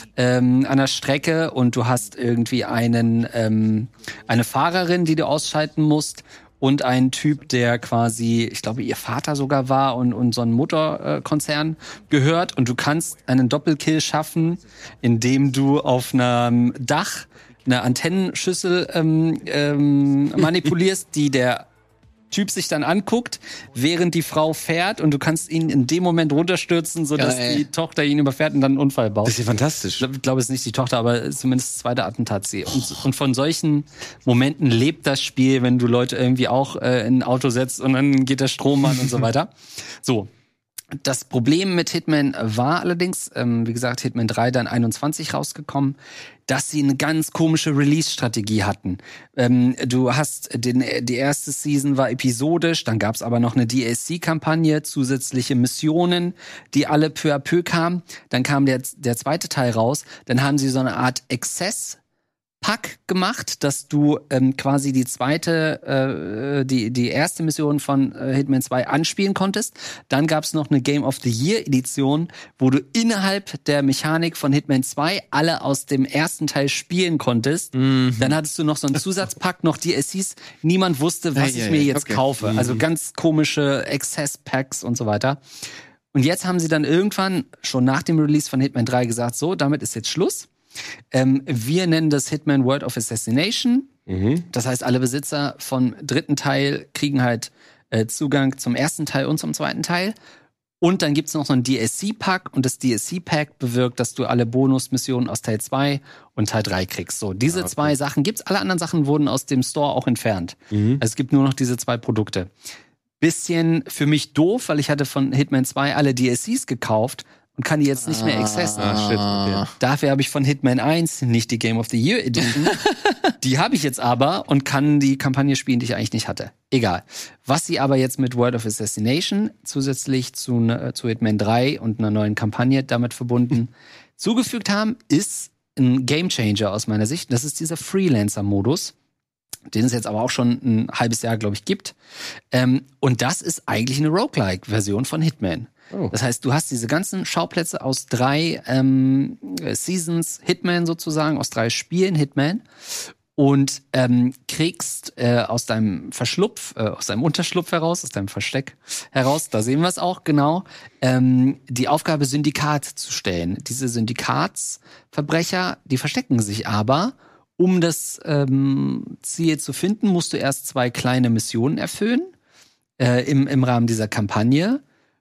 an der Strecke, und du hast irgendwie eine Fahrerin, die du ausschalten musst, und einen Typ, der quasi, ich glaube, ihr Vater sogar war und so einen Motorkonzern gehört, und du kannst einen Doppelkill schaffen, indem du auf einem Dach eine Antennenschüssel manipulierst, die der Typ sich dann anguckt, während die Frau fährt, und du kannst ihn in dem Moment runterstürzen, sodass die Tochter ihn überfährt und dann einen Unfall baut. Das ist ja fantastisch. Ich glaube, es ist nicht die Tochter, aber zumindest das zweite Attentatsziel. Und von solchen Momenten lebt das Spiel, wenn du Leute irgendwie auch in ein Auto setzt und dann geht der Strom an und so weiter. So. Das Problem mit Hitman war allerdings, wie gesagt, Hitman 3 dann 21 rausgekommen, dass sie eine ganz komische Release-Strategie hatten. Du hast die erste Season war episodisch, dann gab's aber noch eine DLC-Kampagne, zusätzliche Missionen, die alle peu à peu kamen. Dann kam der zweite Teil raus, dann haben sie so eine Art Access-Pack gemacht, dass du quasi die erste Mission von Hitman 2 anspielen konntest. Dann gab's noch eine Game of the Year Edition, wo du innerhalb der Mechanik von Hitman 2 alle aus dem ersten Teil spielen konntest. Dann hattest du noch so einen Zusatzpack, noch DLCs. Niemand wusste, was ich mir jetzt kaufe. Also ganz komische Access-Packs und so weiter. Und jetzt haben sie dann irgendwann, schon nach dem Release von Hitman 3 gesagt, so, damit ist jetzt Schluss. Wir nennen das Hitman World of Assassination. Das heißt, alle Besitzer vom dritten Teil kriegen halt Zugang zum ersten Teil und zum zweiten Teil. Und dann gibt's noch so ein DLC-Pack und das DLC-Pack bewirkt, dass du alle Bonusmissionen aus Teil 2 und Teil 3 kriegst. So, diese zwei Sachen gibt's. Alle anderen Sachen wurden aus dem Store auch entfernt. Also es gibt nur noch diese zwei Produkte. Bisschen für mich doof, weil ich hatte von Hitman 2 alle DLCs gekauft und kann die jetzt nicht mehr accessen. Okay. Dafür habe ich von Hitman 1 nicht die Game of the Year Edition. Die habe ich jetzt aber und kann die Kampagne spielen, die ich eigentlich nicht hatte. Egal. Was sie aber jetzt mit World of Assassination zusätzlich zu Hitman 3 und einer neuen Kampagne damit verbunden zugefügt haben, ist ein Gamechanger aus meiner Sicht. Das ist dieser Freelancer-Modus, den es jetzt aber auch schon ein halbes Jahr, glaube ich, gibt. Und das ist eigentlich eine Roguelike-Version von Hitman. Das heißt, du hast diese ganzen Schauplätze aus 3 Seasons Hitman sozusagen, aus 3 Spielen Hitman und kriegst aus deinem aus deinem Unterschlupf heraus, aus deinem Versteck heraus, da sehen wir es auch genau, die Aufgabe, Syndikat zu stellen. Diese Syndikatsverbrecher, die verstecken sich aber. Um das Ziel zu finden, musst du erst 2 kleine Missionen erfüllen im Rahmen dieser Kampagne,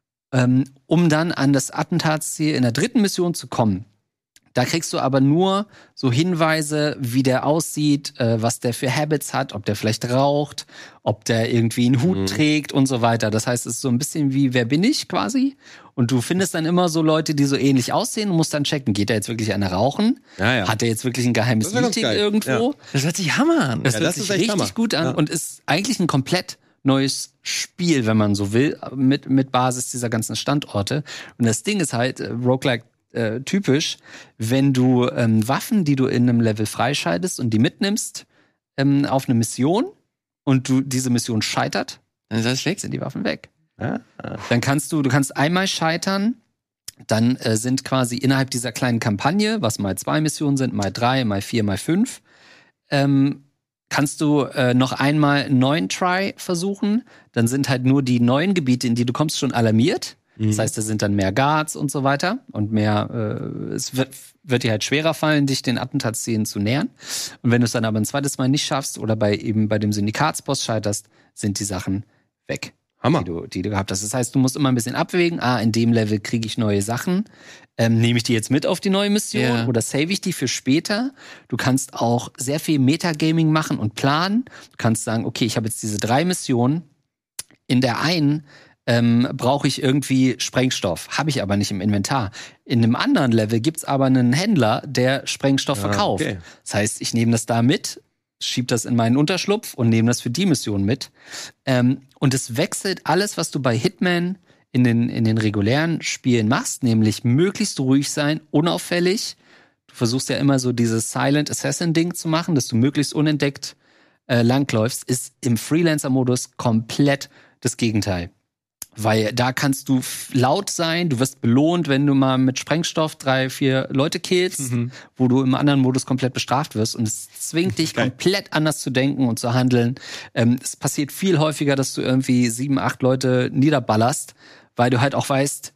um dann an das Attentatsziel in der 3. Mission zu kommen. Da kriegst du aber nur so Hinweise, wie der aussieht, was der für Habits hat, ob der vielleicht raucht, ob der irgendwie einen Hut trägt und so weiter. Das heißt, es ist so ein bisschen wie Wer bin ich quasi? Und du findest dann immer so Leute, die so ähnlich aussehen und musst dann checken, geht da jetzt wirklich einer rauchen? Ja. Hat er jetzt wirklich ein geheimes Meeting irgendwo? Ja. Das hört sich Hammer an. Das hört sich richtig gut an und ist eigentlich ein komplett neues Spiel, wenn man so will, mit Basis dieser ganzen Standorte. Und das Ding ist halt, Roguelike typisch, wenn du Waffen, die du in einem Level freischaltest und die mitnimmst auf eine Mission und diese Mission scheitert, Dann ist alles weg. sind die Waffen weg. Dann kannst du kannst einmal scheitern, dann sind quasi innerhalb dieser kleinen Kampagne, was mal 2 Missionen sind, mal 3, mal 4, mal 5, kannst du noch einmal einen neuen Try versuchen. Dann sind halt nur die neuen Gebiete, in die du kommst, schon alarmiert. Das heißt, da sind dann mehr Guards und so weiter und mehr, es wird dir halt schwerer fallen, dich den Attentatszielen zu nähern. Und wenn du es dann aber ein zweites Mal nicht schaffst oder bei dem Syndikatsboss scheiterst, sind die Sachen weg. Hammer. Die du gehabt hast. Das heißt, du musst immer ein bisschen abwägen, in dem Level kriege ich neue Sachen. Nehme ich die jetzt mit auf die neue Mission oder save ich die für später? Du kannst auch sehr viel Metagaming machen und planen. Du kannst sagen, okay, ich habe jetzt diese 3 Missionen. In der einen brauche ich irgendwie Sprengstoff. Habe ich aber nicht im Inventar. In einem anderen Level gibt's aber einen Händler, der Sprengstoff verkauft. Okay. Das heißt, ich nehme das da mit, schieb das in meinen Unterschlupf und nehme das für die Mission mit. Und es wechselt alles, was du bei Hitman in den regulären Spielen machst, nämlich möglichst ruhig sein, unauffällig. Du versuchst ja immer so dieses Silent Assassin-Ding zu machen, dass du möglichst unentdeckt langläufst, ist im Freelancer-Modus komplett das Gegenteil. Weil da kannst du laut sein, du wirst belohnt, wenn du mal mit Sprengstoff 3, 4 Leute killst, wo du im anderen Modus komplett bestraft wirst. Und es zwingt dich komplett anders zu denken und zu handeln. Es passiert viel häufiger, dass du irgendwie 7, 8 Leute niederballerst, weil du halt auch weißt,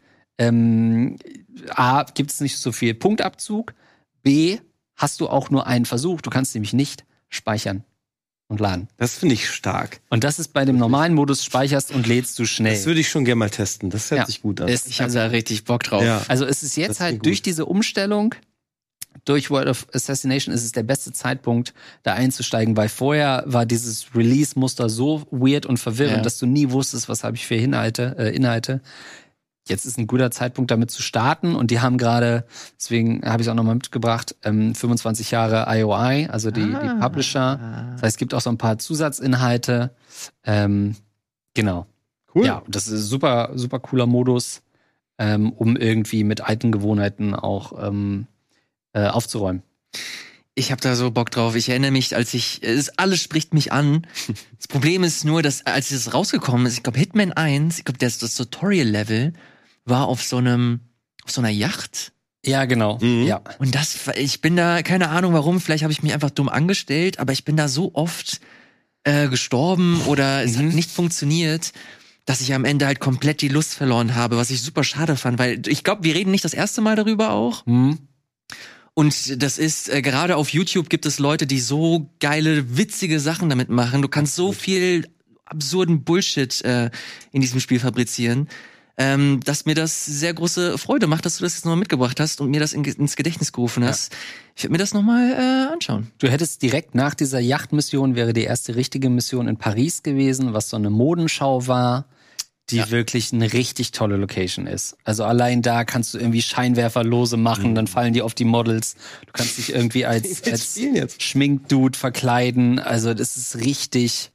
A, gibt es nicht so viel Punktabzug, B, hast du auch nur einen Versuch. Du kannst nämlich nicht speichern und laden. Das finde ich stark. Und das ist bei dem normalen Modus, speicherst und lädst du schnell. Das würde ich schon gerne mal testen. Das hört sich gut an. Ich habe da richtig Bock drauf. Ja. Also es ist jetzt halt durch diese Umstellung, durch World of Assassination ist es der beste Zeitpunkt, da einzusteigen, weil vorher war dieses Release-Muster so weird und verwirrend, dass du nie wusstest, was habe ich für Inhalte. jetzt ist ein guter Zeitpunkt, damit zu starten. Und die haben gerade, deswegen habe ich es auch nochmal mitgebracht, 25 Jahre IOI, also die Publisher. Das heißt, es gibt auch so ein paar Zusatzinhalte. Genau. Cool. Ja, das ist ein super, super cooler Modus, um irgendwie mit alten Gewohnheiten auch aufzuräumen. Ich habe da so Bock drauf. Ich erinnere mich, alles spricht mich an. Das Problem ist nur, dass als das rausgekommen ist, ich glaube Hitman 1, ich glaube das Tutorial-Level war auf so einer Yacht. Ja, genau. Ja. Und ich bin da, keine Ahnung warum, vielleicht habe ich mich einfach dumm angestellt, aber ich bin da so oft gestorben oder es hat nicht funktioniert, dass ich am Ende halt komplett die Lust verloren habe, was ich super schade fand, weil ich glaube, wir reden nicht das erste Mal darüber auch. Und das ist, gerade auf YouTube gibt es Leute, die so geile, witzige Sachen damit machen. Du kannst so viel absurden Bullshit in diesem Spiel fabrizieren, dass mir das sehr große Freude macht, dass du das jetzt nochmal mitgebracht hast und mir das ins Gedächtnis gerufen hast. Ja. Ich werde mir das nochmal anschauen. Du hättest direkt nach dieser Yachtmission, wäre die erste richtige Mission in Paris gewesen, was so eine Modenschau war, die wirklich eine richtig tolle Location ist. Also allein da kannst du irgendwie Scheinwerferlose machen, dann fallen die auf die Models. Du kannst dich irgendwie als Schminkdude verkleiden. Also das ist richtig,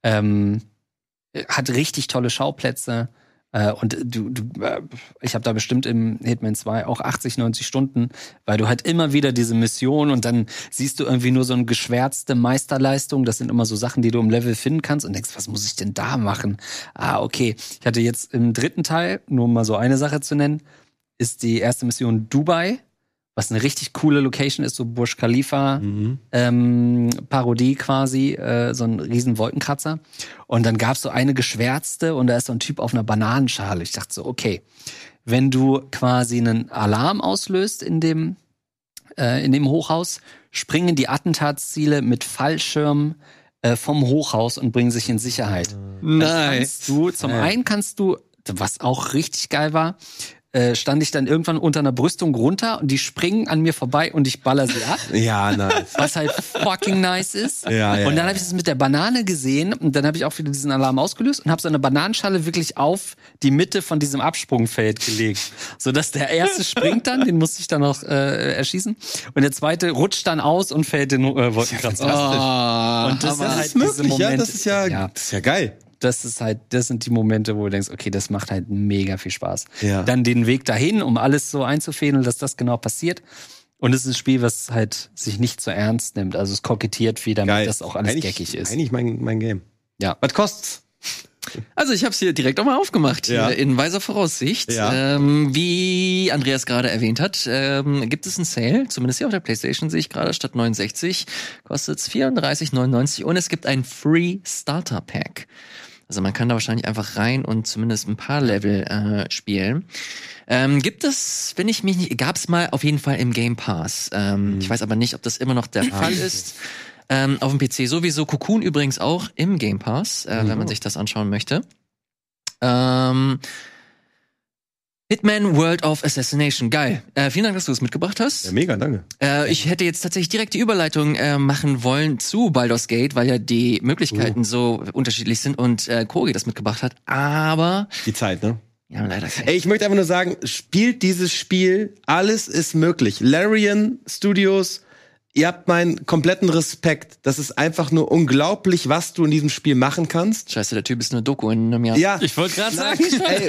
hat richtig tolle Schauplätze. Und ich habe da bestimmt im Hitman 2 auch 80, 90 Stunden, weil du halt immer wieder diese Mission und dann siehst du irgendwie nur so eine geschwärzte Meisterleistung. Das sind immer so Sachen, die du im Level finden kannst und denkst, was muss ich denn da machen? Okay. Ich hatte jetzt im 3. Teil, nur um mal so eine Sache zu nennen, ist die erste Mission Dubai, was eine richtig coole Location ist, so Burj Khalifa, Parodie quasi, so ein riesen Wolkenkratzer. Und dann gab's so eine geschwärzte und da ist so ein Typ auf einer Bananenschale. Ich dachte so, okay, wenn du quasi einen Alarm auslöst in dem Hochhaus, springen die Attentatsziele mit Fallschirm vom Hochhaus und bringen sich in Sicherheit. Nice. Einen kannst du, was auch richtig geil war, stand ich dann irgendwann unter einer Brüstung runter und die springen an mir vorbei und ich baller sie ab. Ja, nice. Was halt fucking nice ist. Ja. Und dann habe ich das mit der Banane gesehen und dann habe ich auch wieder diesen Alarm ausgelöst und habe so eine Bananenschale wirklich auf die Mitte von diesem Absprungfeld gelegt. Sodass der erste springt dann, den musste ich dann noch erschießen. Und der zweite rutscht dann aus und fällt den Wolkenkratzer. Und das sind halt möglich, diese Momente. Das ist ja geil. Das sind die Momente, wo du denkst, okay, das macht halt mega viel Spaß. Ja. Dann den Weg dahin, um alles so einzufädeln, dass das genau passiert. Und es ist ein Spiel, was halt sich nicht so ernst nimmt. Also es kokettiert viel damit, dass auch alles geckig ist. Eigentlich mein Game. Ja. Was kostet's? Also ich habe es hier direkt auch mal aufgemacht, in weiser Voraussicht. Ja. Wie Andreas gerade erwähnt hat, gibt es einen Sale, zumindest hier auf der PlayStation sehe ich gerade, statt 69 kostet es 34,99 und es gibt ein Free Starter Pack. Also man kann da wahrscheinlich einfach rein und zumindest ein paar Level spielen. Gibt es, wenn ich mich nicht, gab's mal auf jeden Fall im Game Pass. Ich weiß aber nicht, ob das immer noch der Fall ist. Auf dem PC sowieso. Cocoon übrigens auch im Game Pass, wenn man sich das anschauen möchte. Hitman World of Assassination. Geil. Vielen Dank, dass du es mitgebracht hast. Ja, mega, danke. Ich hätte jetzt tatsächlich direkt die Überleitung machen wollen zu Baldur's Gate, weil ja die Möglichkeiten so unterschiedlich sind und Kogi das mitgebracht hat. Aber die Zeit, ne? Ja, leider nicht. Ey, ich möchte einfach nur sagen, spielt dieses Spiel. Alles ist möglich. Larian Studios, ihr habt meinen kompletten Respekt. Das ist einfach nur unglaublich, was du in diesem Spiel machen kannst. Scheiße, der Typ ist eine Doku in einem Jahr. Ja. Ich wollte gerade sagen.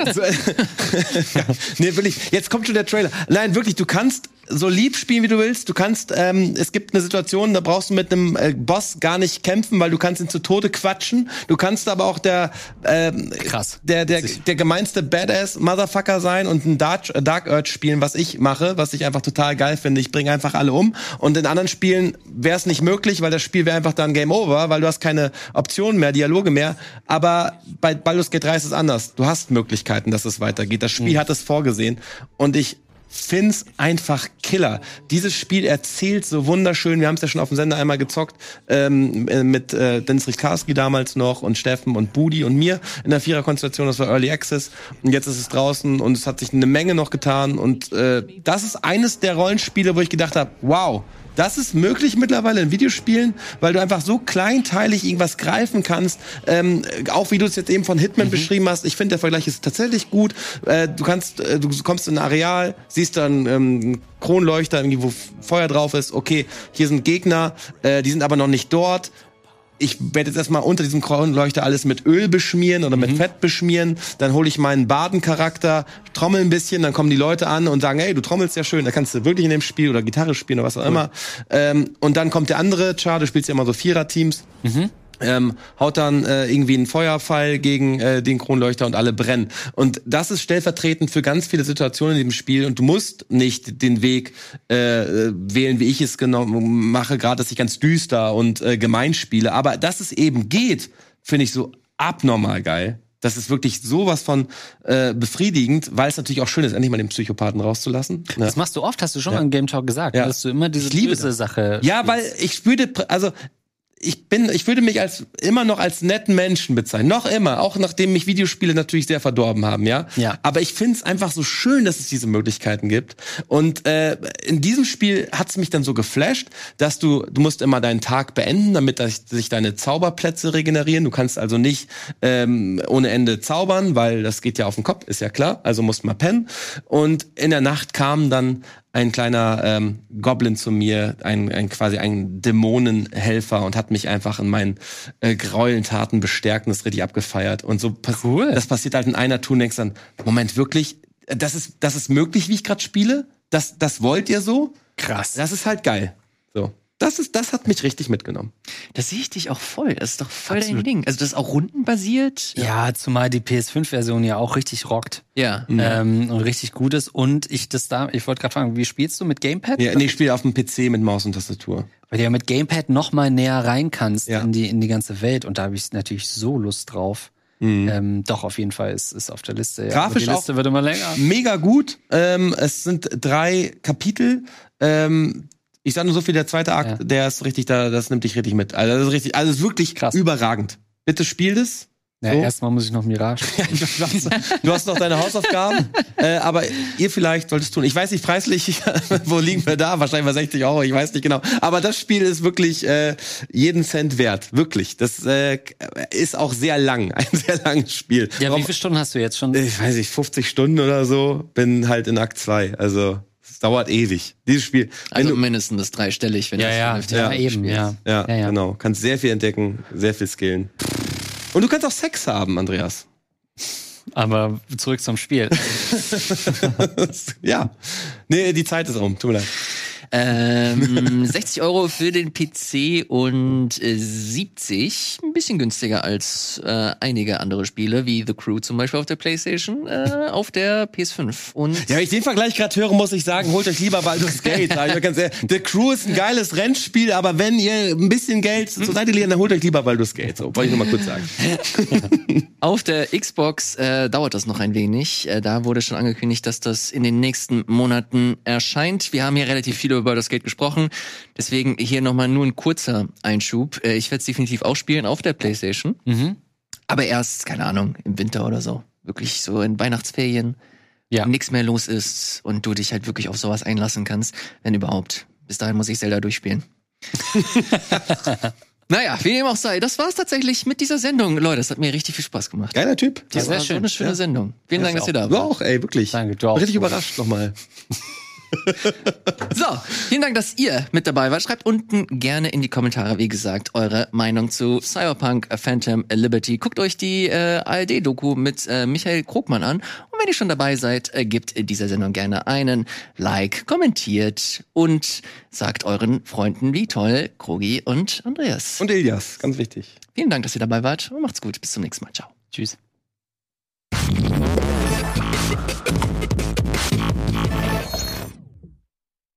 Nee, wirklich. Jetzt kommt schon der Trailer. Nein, wirklich, du kannst so lieb spielen, wie du willst. Du kannst, es gibt eine Situation, da brauchst du mit einem Boss gar nicht kämpfen, weil du kannst ihn zu Tode quatschen. Du kannst aber auch der gemeinste Badass Motherfucker sein und ein Dark Urge spielen, was ich mache, was ich einfach total geil finde. Ich bringe einfach alle um. Und in anderen Spielen wäre es nicht möglich, weil das Spiel wäre einfach dann Game Over, weil du hast keine Optionen mehr, Dialoge mehr. Aber bei Baldur's Gate 3 ist es anders. Du hast Möglichkeiten, dass es weitergeht. Das Spiel hat es vorgesehen. Und ich find's einfach Killer. Dieses Spiel erzählt so wunderschön. Wir haben es ja schon auf dem Sender einmal gezockt, mit Dennis Richkarski damals noch und Steffen und Budi und mir in der Vierer-Konstellation. Das war Early Access. Und jetzt ist es draußen und es hat sich eine Menge noch getan. Und das ist eines der Rollenspiele, wo ich gedacht habe, wow, Das ist möglich mittlerweile in Videospielen, weil du einfach so kleinteilig irgendwas greifen kannst. Auch wie du es jetzt eben von Hitman beschrieben hast. Ich finde, der Vergleich ist tatsächlich gut. Du kommst in ein Areal, siehst dann Kronleuchter, irgendwie, wo Feuer drauf ist. Okay, hier sind Gegner, die sind aber noch nicht dort. Ich werde jetzt erstmal unter diesem Kronleuchter alles mit Öl beschmieren oder mit Fett beschmieren. Dann hole ich meinen Badencharakter, trommel ein bisschen, dann kommen die Leute an und sagen, hey, du trommelst ja schön, da kannst du wirklich in dem Spiel oder Gitarre spielen oder was auch immer. Und dann kommt der andere Char, du spielst ja immer so Vierer-Teams. Haut dann irgendwie einen Feuerpfeil gegen den Kronleuchter und alle brennen. Und das ist stellvertretend für ganz viele Situationen in dem Spiel. Und du musst nicht den Weg wählen, wie ich es genau mache, gerade dass ich ganz düster und gemein spiele. Aber dass es eben geht, finde ich so abnormal geil. Das ist wirklich sowas von befriedigend, weil es natürlich auch schön ist, endlich mal den Psychopathen rauszulassen. Ja. Das machst du oft, hast du schon mal im Game Talk gesagt, dass du immer diese böse Sache Ja, spielst. weil ich würde mich immer noch als netten Menschen bezeichnen. Noch immer. Auch nachdem mich Videospiele natürlich sehr verdorben haben, ja. Aber ich finde es einfach so schön, dass es diese Möglichkeiten gibt. Und in diesem Spiel hat es mich dann so geflasht, dass du musst immer deinen Tag beenden, damit sich deine Zauberplätze regenerieren. Du kannst also nicht ohne Ende zaubern, weil das geht ja auf den Kopf, ist ja klar. Also musst mal pennen. Und in der Nacht kam dann ein kleiner Goblin zu mir, quasi ein Dämonenhelfer und hat mich einfach in meinen Gräueltaten bestärkt und das richtig abgefeiert. Und so das passiert halt in einer Tour und denkst dann, Moment, wirklich, das ist möglich, wie ich gerade spiele? Das wollt ihr so? Krass. Das ist halt geil. So. Das hat mich richtig mitgenommen. Das sehe ich dich auch voll. Das ist doch voll dein Ding. Also das ist auch rundenbasiert. Ja, zumal die PS5-Version ja auch richtig rockt. Ja. Und richtig gut ist. Und ich wollte gerade fragen, wie spielst du mit Gamepad? Ja, nee, ich spiele auf dem PC mit Maus und Tastatur. Weil du ja mit Gamepad noch mal näher rein kannst in die ganze Welt. Und da habe ich natürlich so Lust drauf. Doch, auf jeden Fall ist auf der Liste. Ja. Grafisch die Liste wird immer länger. Mega gut. Es sind 3 Kapitel. Ich sag nur so viel, der zweite Akt, der ist richtig das nimmt dich richtig mit. Also das ist richtig, also das ist wirklich krass, überragend. Bitte spiel das. Ja, so. Erstmal muss ich noch Mirage. Du hast noch deine Hausaufgaben, aber ihr vielleicht solltet es tun. Ich weiß nicht, preislich, wo liegen wir da? Wahrscheinlich bei 60 €, ich weiß nicht genau. Aber das Spiel ist wirklich jeden Cent wert, wirklich. Das ist auch sehr lang, ein sehr langes Spiel. Ja, wie viele Stunden hast du jetzt schon? Ich weiß nicht, 50 Stunden oder so, bin halt in Akt 2, also es dauert ewig. Dieses Spiel. Also mindestens dreistellig, wenn das eben. Genau. Kannst sehr viel entdecken, sehr viel skillen. Und du kannst auch Sex haben, Andreas. Aber zurück zum Spiel. Ja. Nee, die Zeit ist um. Tut mir leid. 60 € für den PC und 70, ein bisschen günstiger als einige andere Spiele, wie The Crew zum Beispiel auf der PlayStation, auf der PS5. Und ja, wenn ich den Vergleich gerade höre, muss ich sagen, holt euch lieber Baldur's Gate. The Crew ist ein geiles Rennspiel, aber wenn ihr ein bisschen Geld zur Seite legt, dann holt euch lieber Baldur's Gate. So, wollte ich nur mal kurz sagen. Auf der Xbox dauert das noch ein wenig. Da wurde schon angekündigt, dass das in den nächsten Monaten erscheint. Wir haben hier relativ viel über Baldur's Gate gesprochen. Deswegen hier nochmal nur ein kurzer Einschub. Ich werde es definitiv auch spielen auf der PlayStation. Aber erst, keine Ahnung, im Winter oder so. Wirklich so in Weihnachtsferien. Ja. Nichts mehr los ist und du dich halt wirklich auf sowas einlassen kannst, wenn überhaupt. Bis dahin muss ich Zelda durchspielen. Naja, wie dem auch sei, das war's tatsächlich mit dieser Sendung. Leute, es hat mir richtig viel Spaß gemacht. Geiler Typ. Das war so eine schöne Sendung. Vielen Dank, dass ihr da wart. Du auch, ey, wirklich. Danke, du auch. Richtig überrascht nochmal. So, vielen Dank, dass ihr mit dabei wart. Schreibt unten gerne in die Kommentare, wie gesagt, eure Meinung zu Cyberpunk Phantom Liberty. Guckt euch die ARD-Doku mit Michael Krogmann an. Und wenn ihr schon dabei seid, gebt dieser Sendung gerne einen Like, kommentiert und sagt euren Freunden, wie toll Krogi und Andreas. Und Elias, ganz wichtig. Vielen Dank, dass ihr dabei wart und macht's gut. Bis zum nächsten Mal. Ciao. Tschüss.